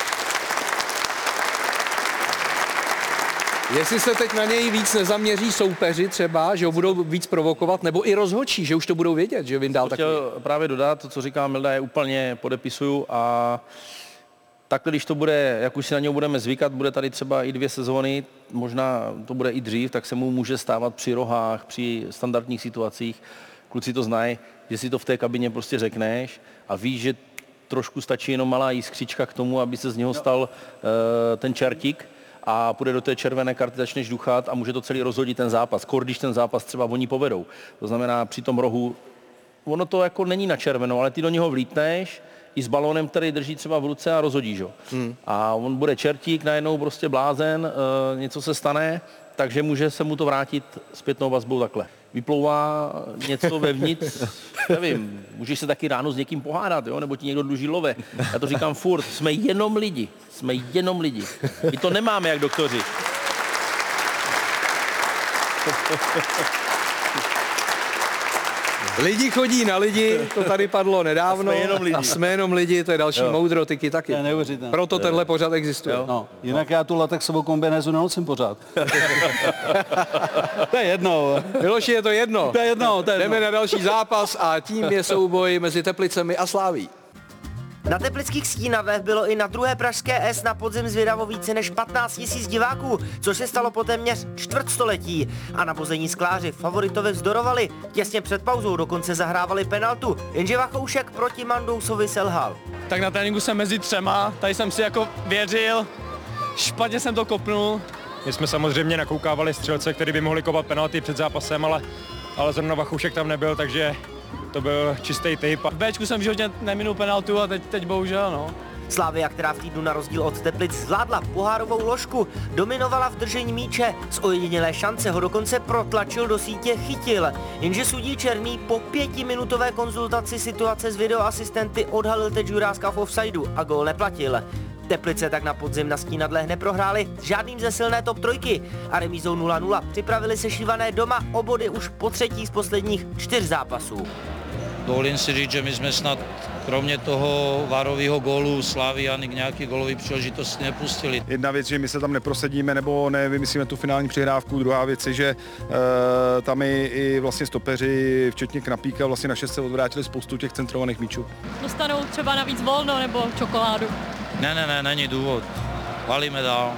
Jestli se teď na něj víc nezaměří soupeři třeba, že ho budou víc provokovat, nebo i rozhodčí, že už to budou vědět, že Vindál takový. Chtěl právě dodat, to, co říká Milda, je úplně podepisuju a takhle, když to bude, jak už si na něj budeme zvykat, bude tady třeba i dvě sezóny, možná to bude i dřív, tak se mu může stávat při rohách, při standardních situacích. Kluci to znají, že si to v té kabině prostě řekneš a víš, že trošku stačí jenom malá jiskřička k tomu, aby se z něho stal uh, ten čertík a půjde do té červené karty, začneš duchat a může to celý rozhodit ten zápas. Kor, když ten zápas třeba oni povedou. To znamená při tom rohu, ono to jako není na červenou, ale ty do něho vlítneš i s balónem, který drží třeba v ruce a rozhodíš ho. Hmm. A on bude čertík, najednou prostě blázen, e, něco se stane, takže může se mu to vrátit zpětnou vazbou takhle. Vyplouvá něco vevnitř, nevím, můžeš se taky ráno s někým pohádat, jo? Nebo ti někdo dluží love. Já to říkám furt, jsme jenom lidi, jsme jenom lidi. My to nemáme jak doktoři. Lidi chodí na lidi, to tady padlo nedávno. A jsme jenom lidi. A jsme jenom lidi, to je další jo. moudro, tyky taky. Proto tenhle pořad existuje. No, jinak já tu latexovou kombinézu nenosím pořád. To je jedno. Miloši, je to jedno. To je jedno, to je jedno. Jdeme na další zápas a tím je souboj mezi Teplicemi a Slaví. Na teplických Stínavech bylo i na druhé pražské S na podzim zvědavo více než patnáct tisíc diváků, což se stalo po téměř čtvrtstoletí. A na pození skláři favoritovi vzdorovali. Těsně před pauzou dokonce zahrávali penaltu, jenže Vachoušek proti Mandousovi selhal. Tak na tréninku jsem mezi třema, tady jsem si jako věřil, špatně jsem to kopnul. My jsme samozřejmě nakoukávali střelce, který by mohli kopat penalty před zápasem, ale, ale zrovna Vachoušek tam nebyl, takže to byl čistý typ. V Bčku jsem v životě neminul penaltu a teď, teď bohužel, no. Slavia, která v týdnu na rozdíl od Teplic zvládla pohárovou ložku, dominovala v držení míče. Z ojedinělé šance ho dokonce protlačil do sítě Chytil. Jenže sudí Černý po pětiminutové konzultaci situace s videoasistenty odhalil teď Juráska v offsideu a gól neplatil. Teplice tak na podzim na Stínadlech neprohráli s žádným ze silné top trojky a remízou nula nula připravili se Šívané doma o body už po třetí z posledních čtyř zápasů. Dovolím si říct, že my jsme snad kromě toho várového gólu Slávy ani k nějaký gólový příležitosti nepustili. Jedna věc, že my se tam neprosadíme nebo nevymyslíme tu finální přihrávku, druhá věc je, že e, tam i, i vlastně stopeři, včetně Knapíka, vlastně na šest se odvrátili spoustu těch centrovaných míčů. Dostanou třeba navíc volno nebo čokoládu. Ne, ne, ne, není důvod. Valíme dál.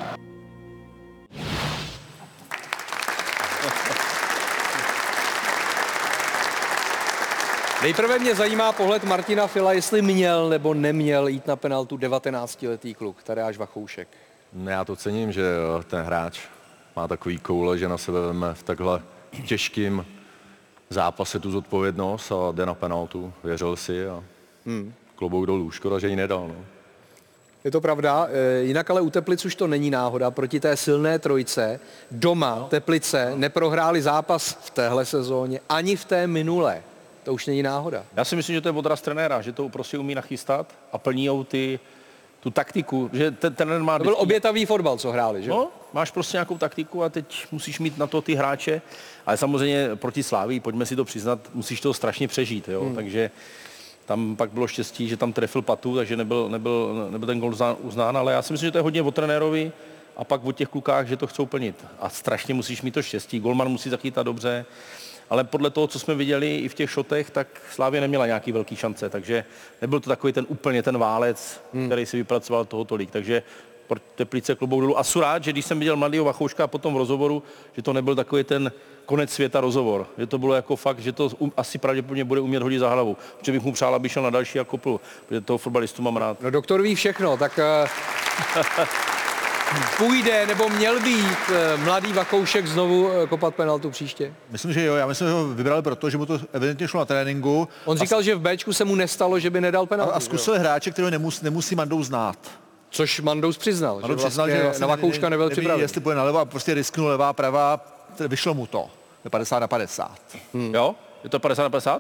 Nejprve mě zajímá pohled Martina Fila, jestli měl nebo neměl jít na penaltu devatenáctiletý kluk, Tadeáš Vachoušek. Já to cením, že ten hráč má takový koule, že na sebe veme v takhle těžkým zápase tu zodpovědnost a jde na penaltu. Věřil si a hmm. klobouk dolů. Škoda, že ji nedal. No. Je to pravda, jinak ale u Teplic už to není náhoda. Proti té silné trojce doma Teplice neprohráli zápas v téhle sezóně ani v té minulé. To už není náhoda. Já si myslím, že to je odraz trenéra, že to prostě umí nachystat a plní ty, tu taktiku, že ten trenér má... To byl obětavý fotbal, co hráli, že? No, máš prostě nějakou taktiku a teď musíš mít na to ty hráče, ale samozřejmě proti Slávii, pojďme si to přiznat, musíš to strašně přežít, jo, hmm. takže tam pak bylo štěstí, že tam trefil patu, takže nebyl, nebyl, nebyl ten gol uznán, ale já si myslím, že to je hodně o trenérovi a pak o těch klukách, že to chcou plnit. A strašně musíš mít to štěstí, golman musí zachytat dobře, ale podle toho, co jsme viděli i v těch šotech, tak Slavia neměla nějaký velký šance, takže nebyl to takový ten úplně ten válec, hmm. který si vypracoval toho tolik, takže pro Teplice klobou dolů. A jsem rád, že když jsem viděl mladého Vachouška potom v rozhovoru, že to nebyl takový ten konec světa rozhovor, že to bylo jako fakt, že to um, asi pravděpodobně bude umět hodit za hlavu, protože bych mu přál, aby šel na další a kopl, protože toho fotbalistu mám rád. No doktor ví všechno, tak uh, půjde nebo měl být uh, mladý Vachoušek znovu uh, kopat penaltu příště? Myslím, že jo, já myslím, že ho vybrali proto, že mu to evidentně šlo na tréninku. On říkal, a... že v Bčku se mu nestalo, že by nedal penaltu. A, a zkusil hráče, kterého nemus, nemusí Mandou znát. Což Mandous přiznal, Mandous že přiznal, vlastně že vlastně na Vachouška nebyl připraven. Jestli půjde nalevo a prostě risknul levá, pravá, vyšlo mu to. padesát na padesát. Hmm. Jo? Je to padesát na padesát?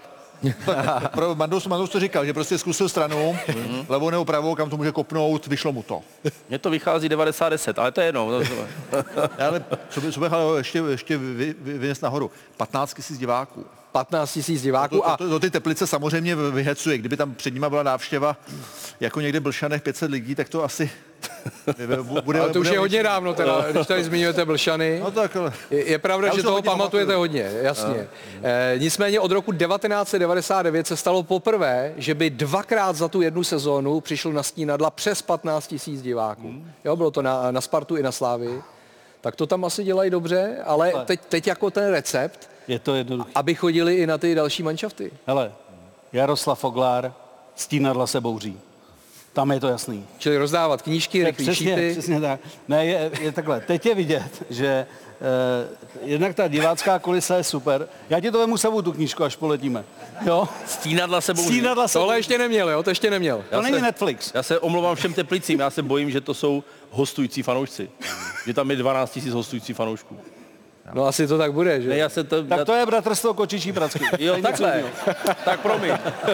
Pro Mandous, Mandous to říkal, že prostě zkusil stranu, levou nebo pravou, kam to může kopnout, vyšlo mu to. Mně to vychází devadesát deset, ale to je jedno. Ale co by, co by ještě, ještě vy, vy, vynes nahoru? patnáct tisíc diváků. patnáct tisíc diváků. To, to, to, to ty Teplice samozřejmě vyhecuje. Kdyby tam před nima byla návštěva jako někde v Blšanech pět set lidí, tak to asi... Bude, ale to už bude je hodně dávno teda, když tady zmiňujete Blšany. No tak, ale... je, je pravda, že toho pamatujete hodně, jasně. E, nicméně od roku devatenáct set devadesát devět se stalo poprvé, že by dvakrát za tu jednu sezónu přišlo na Stínadla přes patnáct tisíc diváků. Hmm. Jo, bylo to na, na Spartu i na Slávii. Tak to tam asi dělají dobře, ale teď, teď jako ten recept, je to jednoduché, aby chodili i na ty další manšafty. Hele, Jaroslav Foglár, Stínadla se bouří. Tam je to jasný. Čili rozdávat knížky, rychlý šíty. Přesně tak. Ne, je, je takhle. Teď je vidět, že eh, jednak ta divácká kulisa je super. Já ti to vemu sebou tu knížku, až poletíme. Jo? Stínadla se bouří. Stínadla se Tohle bouří. ještě neměl, jo? To ještě neměl. To já není se, Netflix. Já se omlouvám všem Teplicím, já se bojím, že to jsou hostující fanoušci. Že tam je dvanáct tisíc hostující fanoušků. No asi to tak bude, že? Ne, já se to, tak to je bratrstvo Kočičí Pracky. Jo, takhle. Tak promiň.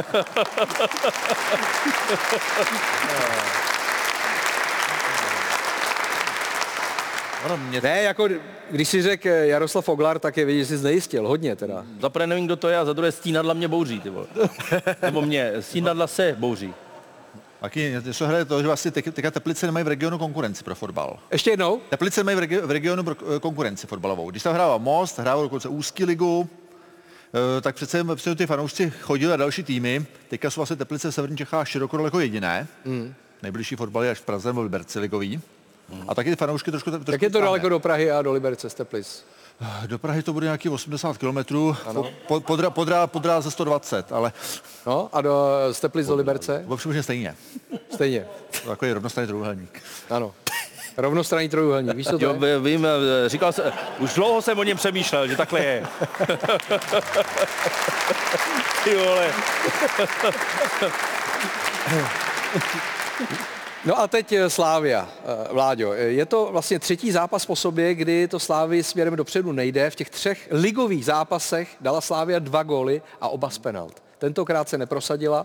Ono mě... Ne, jako když si řekl Jaroslav Foglar, tak je vidět, že jsi znejistil hodně teda. Za prvé nevím, kdo to je, a za druhé Stínadla mě bouří, ty vole. Nebo mě, Stínadla se bouří. Taky něco hraje to, že vlastně teďka Teplice nemají v regionu konkurenci pro fotbal. Ještě jednou? Teplice nemají v, regi- v regionu pro konkurenci fotbalovou. Když tam hrával Most, hrával dokonce Úzký ligu, tak přece, přece ty fanoušci chodili na další týmy. Teďka jsou vlastně Teplice v severní Čechách široko daleko jediné. Mm. Nejbližší fotbal je až v Praze nebo v Liberci ligový. Mm. A taky ty fanoušky trošku... trošku Jak je to daleko do Prahy a do Liberce z Teplic? Do Prahy to bude nějaký osmdesát kilometrů, po, podrá, podrá, podrá ze sto dvacet, ale... No a do z Teplic do Liberce? Přibližně stejně. Stejně. Takový rovnostranný trojúhelník. Ano. Rovnostranný trojúhelník, víš, co to jo, je? Vím, říkal jsem, už dlouho jsem o něm přemýšlel, že takhle je. Ty vole. No a teď Slavia, Vláďo. Je to vlastně třetí zápas po sobě, kdy to Slavii směrem dopředu nejde. V těch třech ligových zápasech dala Slavia dva góly a oba z penalt. Tentokrát se neprosadila.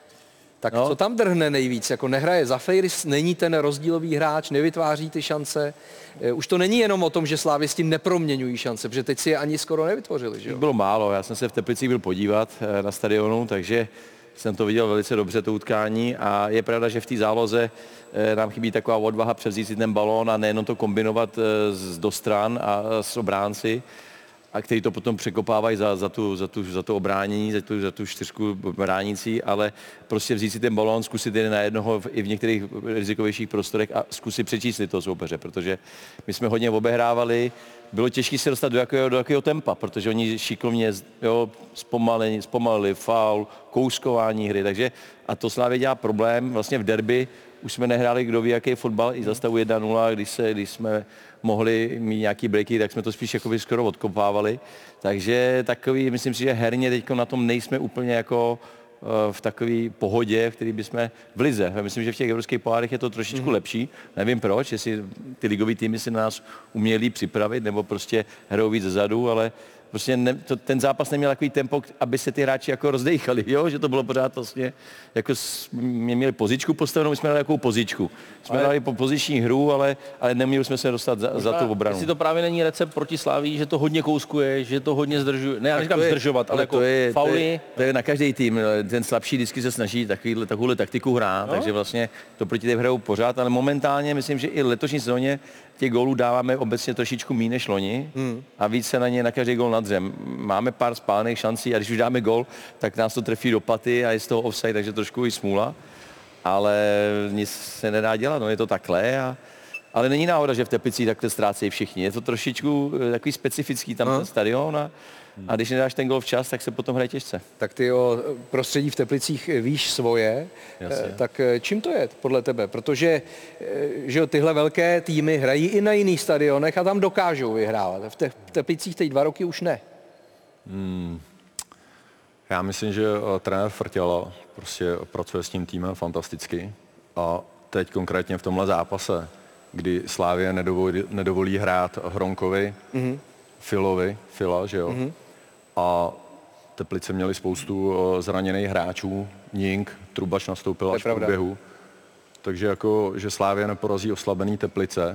Tak no. Co tam drhne nejvíc? Jako nehraje Zafeiris, není ten rozdílový hráč, nevytváří ty šance. Už to není jenom o tom, že Slávisti neproměňují šance, protože teď si je ani skoro nevytvořili. Že jo? Bylo málo, já jsem se v Teplicích byl podívat na stadionu, takže jsem to viděl velice dobře, to utkání, a je pravda, že v té záloze nám chybí taková odvaha převzít si ten balón a nejenom to kombinovat z do stran a s obránci, a který to potom překopávají za, za, tu, za, tu, za to obránění, za tu, za tu čtyřku bránící, ale prostě vzít si ten balón, zkusit jeden na jednoho i v některých rizikovějších prostorech a zkusit přečíslit toho soupeře, protože my jsme hodně obehrávali, bylo těžké se dostat do jakého, do jakého tempa, protože oni šikovně jo, zpomalili, zpomalili faul, kouskování hry, takže a to Slavě dělá problém, vlastně v derby už jsme nehráli kdo ví jaký fotbal i za stavu jedna nula, když, se, když jsme mohli mít nějaký breaky, tak jsme to spíš jakoby skoro odkopávali. Takže takový, myslím si, že herně teď na tom nejsme úplně jako v takové pohodě, v který bychom v lize. Já myslím, že v těch evropských pohárech je to trošičku mm. lepší. Nevím proč, jestli ty ligové týmy si na nás uměli připravit, nebo prostě hrajou víc zezadu, ale prostě ne, to, ten zápas neměl takový tempo, aby se ty hráči jako rozdejchali, jo? Že to bylo pořád vlastně, jako jsme měli pozičku postavenou, my jsme dali jakou pozičku. Jsme ale... dali po poziční hru, ale, ale neměli jsme se dostat za, za tu obranu. Jestli to právě není recept proti Slavii, že to hodně kouskuje, že to hodně zdržuje, ne, já neříkám zdržovat, ale, ale jako to je, fauly. To je, to je na každý tým, ten slabší vždycky se snaží takovýhle, takovouhle taktiku hrát, no? Takže vlastně to proti té hrajou pořád, ale momentálně myslím, že i letošní sezóně těch gólů dáváme obecně trošičku méně než loni hmm. a víc se na ně na každý gól nadřem. Máme pár spálených šancí a když už dáme gól, tak nás to trefí do paty a je z toho offside, takže trošku i smůla, ale nic se nedá dělat, no je to takhle. A, ale není náhoda, že v Teplicích takhle ztrácejí všichni. Je to trošičku takový specifický tam hmm. ten stadion a, a když nedáš ten gól včas, tak se potom hraje těžce. Tak ty o prostředí v Teplicích víš svoje, Jasně. tak čím to je podle tebe? Protože že jo, tyhle velké týmy hrají i na jiných stadionech a tam dokážou vyhrávat. V, te- v Teplicích teď dva roky už ne. Hmm. Já myslím, že uh, trenér Frtěla prostě pracuje s tím týmem fantasticky a teď konkrétně v tomhle zápase, kdy Slavie nedovolí, nedovolí hrát Hronkovi, mm-hmm. Filovi, Fila, že jo, mm-hmm. a Teplice měli spoustu uh, zraněných hráčů. Nink, Trubač nastoupil až v průběhu. Takže jako, že Slavia neporazí oslabený Teplice,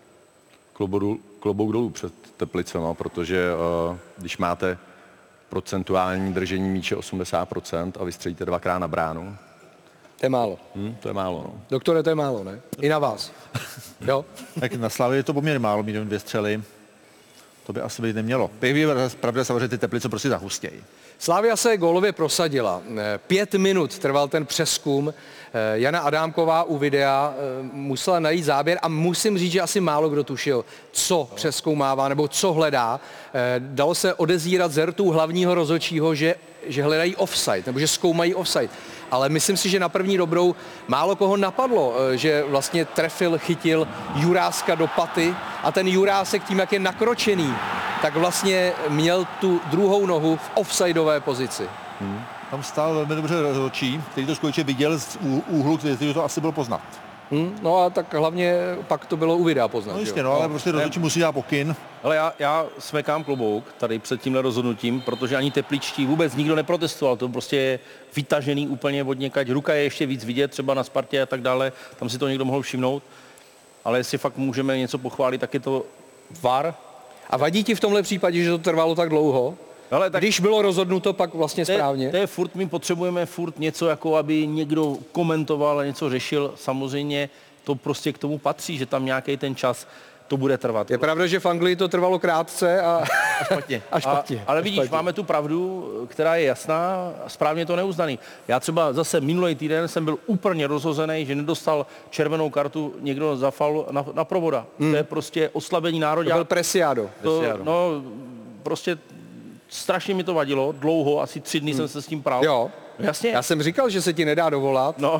klobouk, klobouk dolů před Teplicema, protože uh, když máte procentuální držení míče osmdesát procent a vystřelíte dvakrát na bránu. To je málo. Hmm, to je málo, no. Doktore, to je málo, ne? I na vás. Jo? Tak na Slavii je to poměrně málo, mít dvě střely. To by asi být nemělo. Pravda samozřejmě ty Teplice prostě zahustějí. Slavia se gólově prosadila. Pět minut trval ten přezkum. Jana Adámková u videa musela najít záběr a musím říct, že asi málo kdo tušil, co přezkoumává nebo co hledá. Dalo se odezírat z rtů hlavního rozhodčího, že, že hledají offside nebo že zkoumají offside. Ale myslím si, že na první dobrou málo koho napadlo, že vlastně trefil, chytil Juráska do paty a ten Jurásek tím, jak je nakročený, tak vlastně měl tu druhou nohu v offsideové pozici. Hmm. Tam stál velmi dobře rozhodčí, který to skutečně viděl z úhlu, který to asi byl poznat. Hmm, no a tak hlavně pak to bylo u videa poznat. No jistě, no, ale prostě rozhodčí musí dát pokyn. Ale já, já smekám klobouk tady před tímhle rozhodnutím, protože ani tepličtí vůbec nikdo neprotestoval. To prostě je vytažený úplně od někať. Ruka je ještě víc vidět, třeba na Spartě a tak dále. Tam si to někdo mohl všimnout. Ale jestli fakt můžeme něco pochválit, tak je to V A R. A vadí ti v tomhle případě, že to trvalo tak dlouho? Ale tak když bylo rozhodnuto, pak vlastně to je, správně. To je furt, my potřebujeme furt něco, jako aby někdo komentoval a něco řešil. Samozřejmě to prostě k tomu patří, že tam nějaký ten čas to bude trvat. Je pravda, že v Anglii to trvalo krátce a, a špatně. A špatně. A, ale vidíš, špatně. máme tu pravdu, která je jasná, správně to neuznaný. Já třeba zase minulý týden jsem byl úplně rozhozený, že nedostal červenou kartu někdo za faul na, na Provoda. Hmm. To je prostě oslabení národě. To byl Preciado. To, no, prostě strašně mi to vadilo, dlouho, asi tři dny hmm. jsem se s tím pral. Jo. Jasně. Já jsem říkal, že se ti nedá dovolat. No.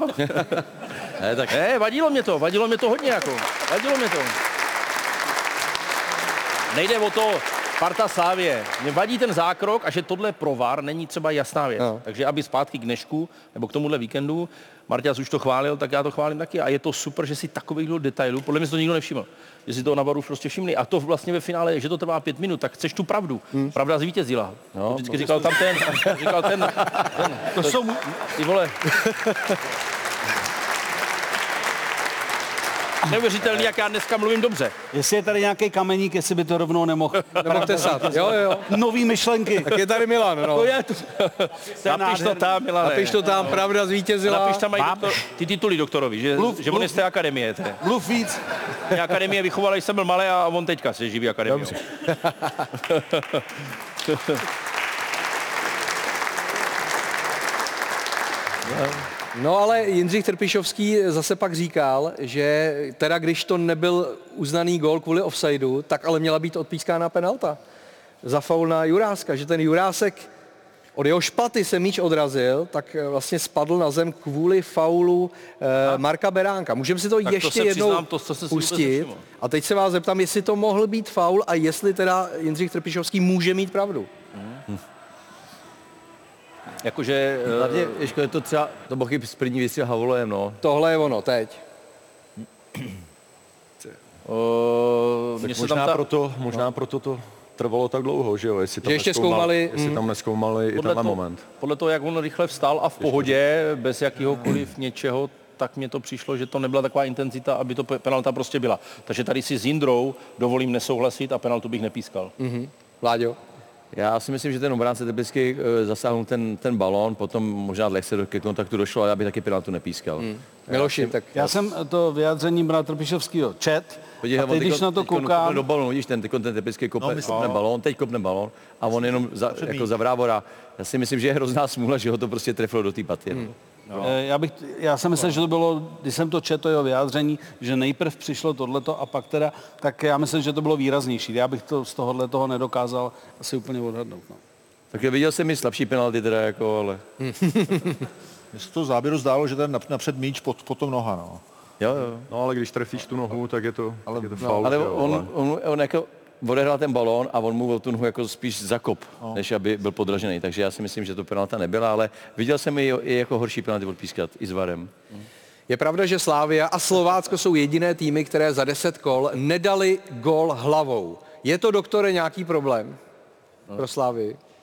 ne, tak... ne, vadilo mě to, vadilo mě to hodně jako. Vadilo mě to. Nejde o to, Sparta Slavie. Mě vadí ten zákrok a že tohle pro V A R není třeba jasná věc. No. Takže aby zpátky k dnešku, nebo k tomuhle víkendu, Marťas už to chválil, tak já to chválím taky. A je to super, že si takovýchhle detailů, podle mě to nikdo nevšiml, že si to na V A R prostě všimli. A to vlastně ve finále, že to trvá pět minut, tak chceš tu pravdu. Hmm. Pravda zvítězila. No, vždycky říkal tam ten, říkal ten, ten. To, to jsou... Ty vole. Neuvěřitelný, jak já dneska mluvím dobře. Jestli je tady nějaký kameník, jestli by to rovnou nemohl nemohl tesat. Jo, jo. Nový myšlenky. Tak je tady Milan, no. To je to. Napiš to tam, Milane. Napiš to tam, pravda zvítězila. Napiš tam mají doktor, ty tituly doktorovi, že, Mluv, že on je z té akademie. Té. Mluv víc. Mě akademie vychovala, když jsem byl malý a on teďka se živí akademiou. No ale Jindřich Trpišovský zase pak říkal, že teda když to nebyl uznaný gól kvůli offsideu, tak ale měla být odpískána penalta za faul na Juráska, že ten Jurásek od jeho špaty se míč odrazil, tak vlastně spadl na zem kvůli faulu eh, Marka Beránka. Můžeme si to tak ještě to jednou přiznám, to, to pustit. A teď se vás zeptám, jestli to mohl být faul a jestli teda Jindřich Trpišovský může mít pravdu. Hmm. Jakože... Hlavně, Ježko, je to třeba, to mohl z první vystřel Havlojem, no. Tohle je ono, teď. O, tak možná, tam ta... proto, možná no. proto to trvalo tak dlouho, že jo? Jestli tam že ještě zkoumali, jestli mm. tam nezkoumali i tenhle to, moment. Podle toho, jak on rychle vstal a v pohodě, bez jakýhokoliv něčeho, tak mně to přišlo, že to nebyla taková intenzita, aby to penalta prostě byla. Takže tady si s Jindrou dovolím nesouhlasit a penaltu bych nepískal. Mm-hmm. Láďo? Já si myslím, že ten obránce Teplický e, zasáhnul ten, ten balón, potom možná lehce ke kontaktu došlo, ale já bych taky penaltu nepískal. Hmm. Miloši, tak... Já jsem to vyjádření Brana Trpišovského čet, Podívej, a teď, když na to koukám... do balónu, vidíš, ten, ten Teplický kope, no, kopne balón, teď kopne balón a on jenom za, jako za Vrávora. Já si myslím, že je hrozná smůla, že ho to prostě trefilo do té paty. Hmm. No. Já, bych, já jsem myslel, že to bylo, když jsem to četl, jeho vyjádření, že nejprv přišlo tohleto a pak teda, tak já myslím, že to bylo výraznější. Já bych to z tohohle toho nedokázal asi úplně odhadnout. No. Tak viděl jsem mi slabší penalty teda, jako, ale... Mně se to záběru zdálo, že ten napřed míč, pot, potom noha, no. Jo, jo. No ale když trefíš tu nohu, tak je to, ale, je to no, faul. Ale on, on, on jako odehrál ten balón a on mu tu nohu jako spíš zakop, no. než aby byl podražený. Takže já si myslím, že to penalta nebyla, ale viděl jsem i, i jako horší penalty odpískat, i s varem. Je pravda, že Slavia a Slovácko jsou jediné týmy, které za deset kol nedali gól hlavou. Je to, doktore, nějaký problém no. pro Slavii?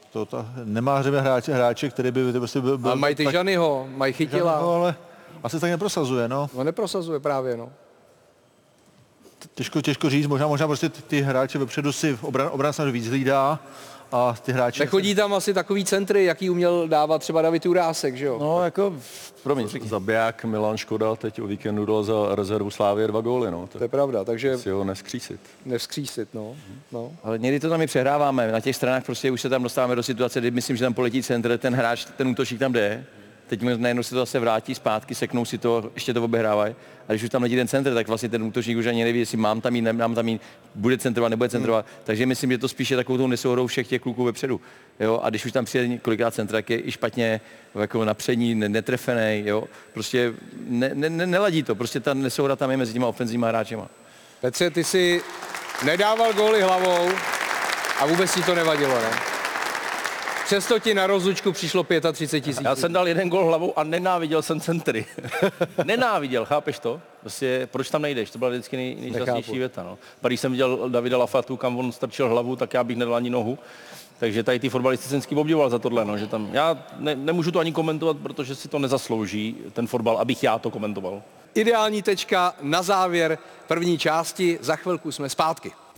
To, to, nemá hřebe hráče, hráče, který by... Prostě byl, byl, a mají ty tak, Žanyho, mají Chytila. Žanyho, ale asi tak neprosazuje, no. No neprosazuje právě, no. Těžko, těžko říct, možná, možná prostě ty, ty hráče vepředu si obran, obran se víc hlídá a ty hráči... Nechodí tam asi takový centry, jaký uměl dávat třeba David Jurásek, že jo? No jako, promiň, Zabiják Milan Škoda teď o víkendu dal za rezervu Slávie dva góly, no. To je pravda, takže... Si ho neskřísit. Nevzkřísit, no. no. Ale někdy to tam i přehráváme, na těch stranách prostě už se tam dostáváme do situace, kdy myslím, že tam poletí centr, ten hráč, ten útočník tam jde, teď najednou se to zase vrátí zpátky, seknou si to, ještě to obehrávají. A když už tam letí ten centr, tak vlastně ten útočník už ani neví, jestli mám tam jít, nemám tam jít, bude centrovat, nebude centrovat. Hmm. Takže myslím, že to spíše takovou tou nesouhrou všech těch kluků vepředu. Jo? A když už tam přijde několikrát centr, tak je i špatně jako napřední, netrefený, jo? Prostě ne, ne, ne, neladí to, prostě ta nesouhra tam je mezi těma ofenzivníma hráčema. Petře, ty si nedával góly hlavou a vůbec ti to nevadilo, ne? Přesto ti na rozlučku přišlo třicet pět tisíc. Já jsem dal jeden gol hlavou a nenáviděl jsem centry. Nenáviděl, chápeš to? Prostě, proč tam nejdeš? To byla vždycky nej, nejšťastnější věta. No. Když jsem viděl Davida Lafatu, kam on strčil hlavu, tak já bych nedal ani nohu. Takže tady ty fotbalisty jsem obdivoval za tohle. No, že tam, já ne, nemůžu to ani komentovat, protože si to nezaslouží, ten fotbal, abych já to komentoval. Ideální tečka na závěr první části. Za chvilku jsme zpátky.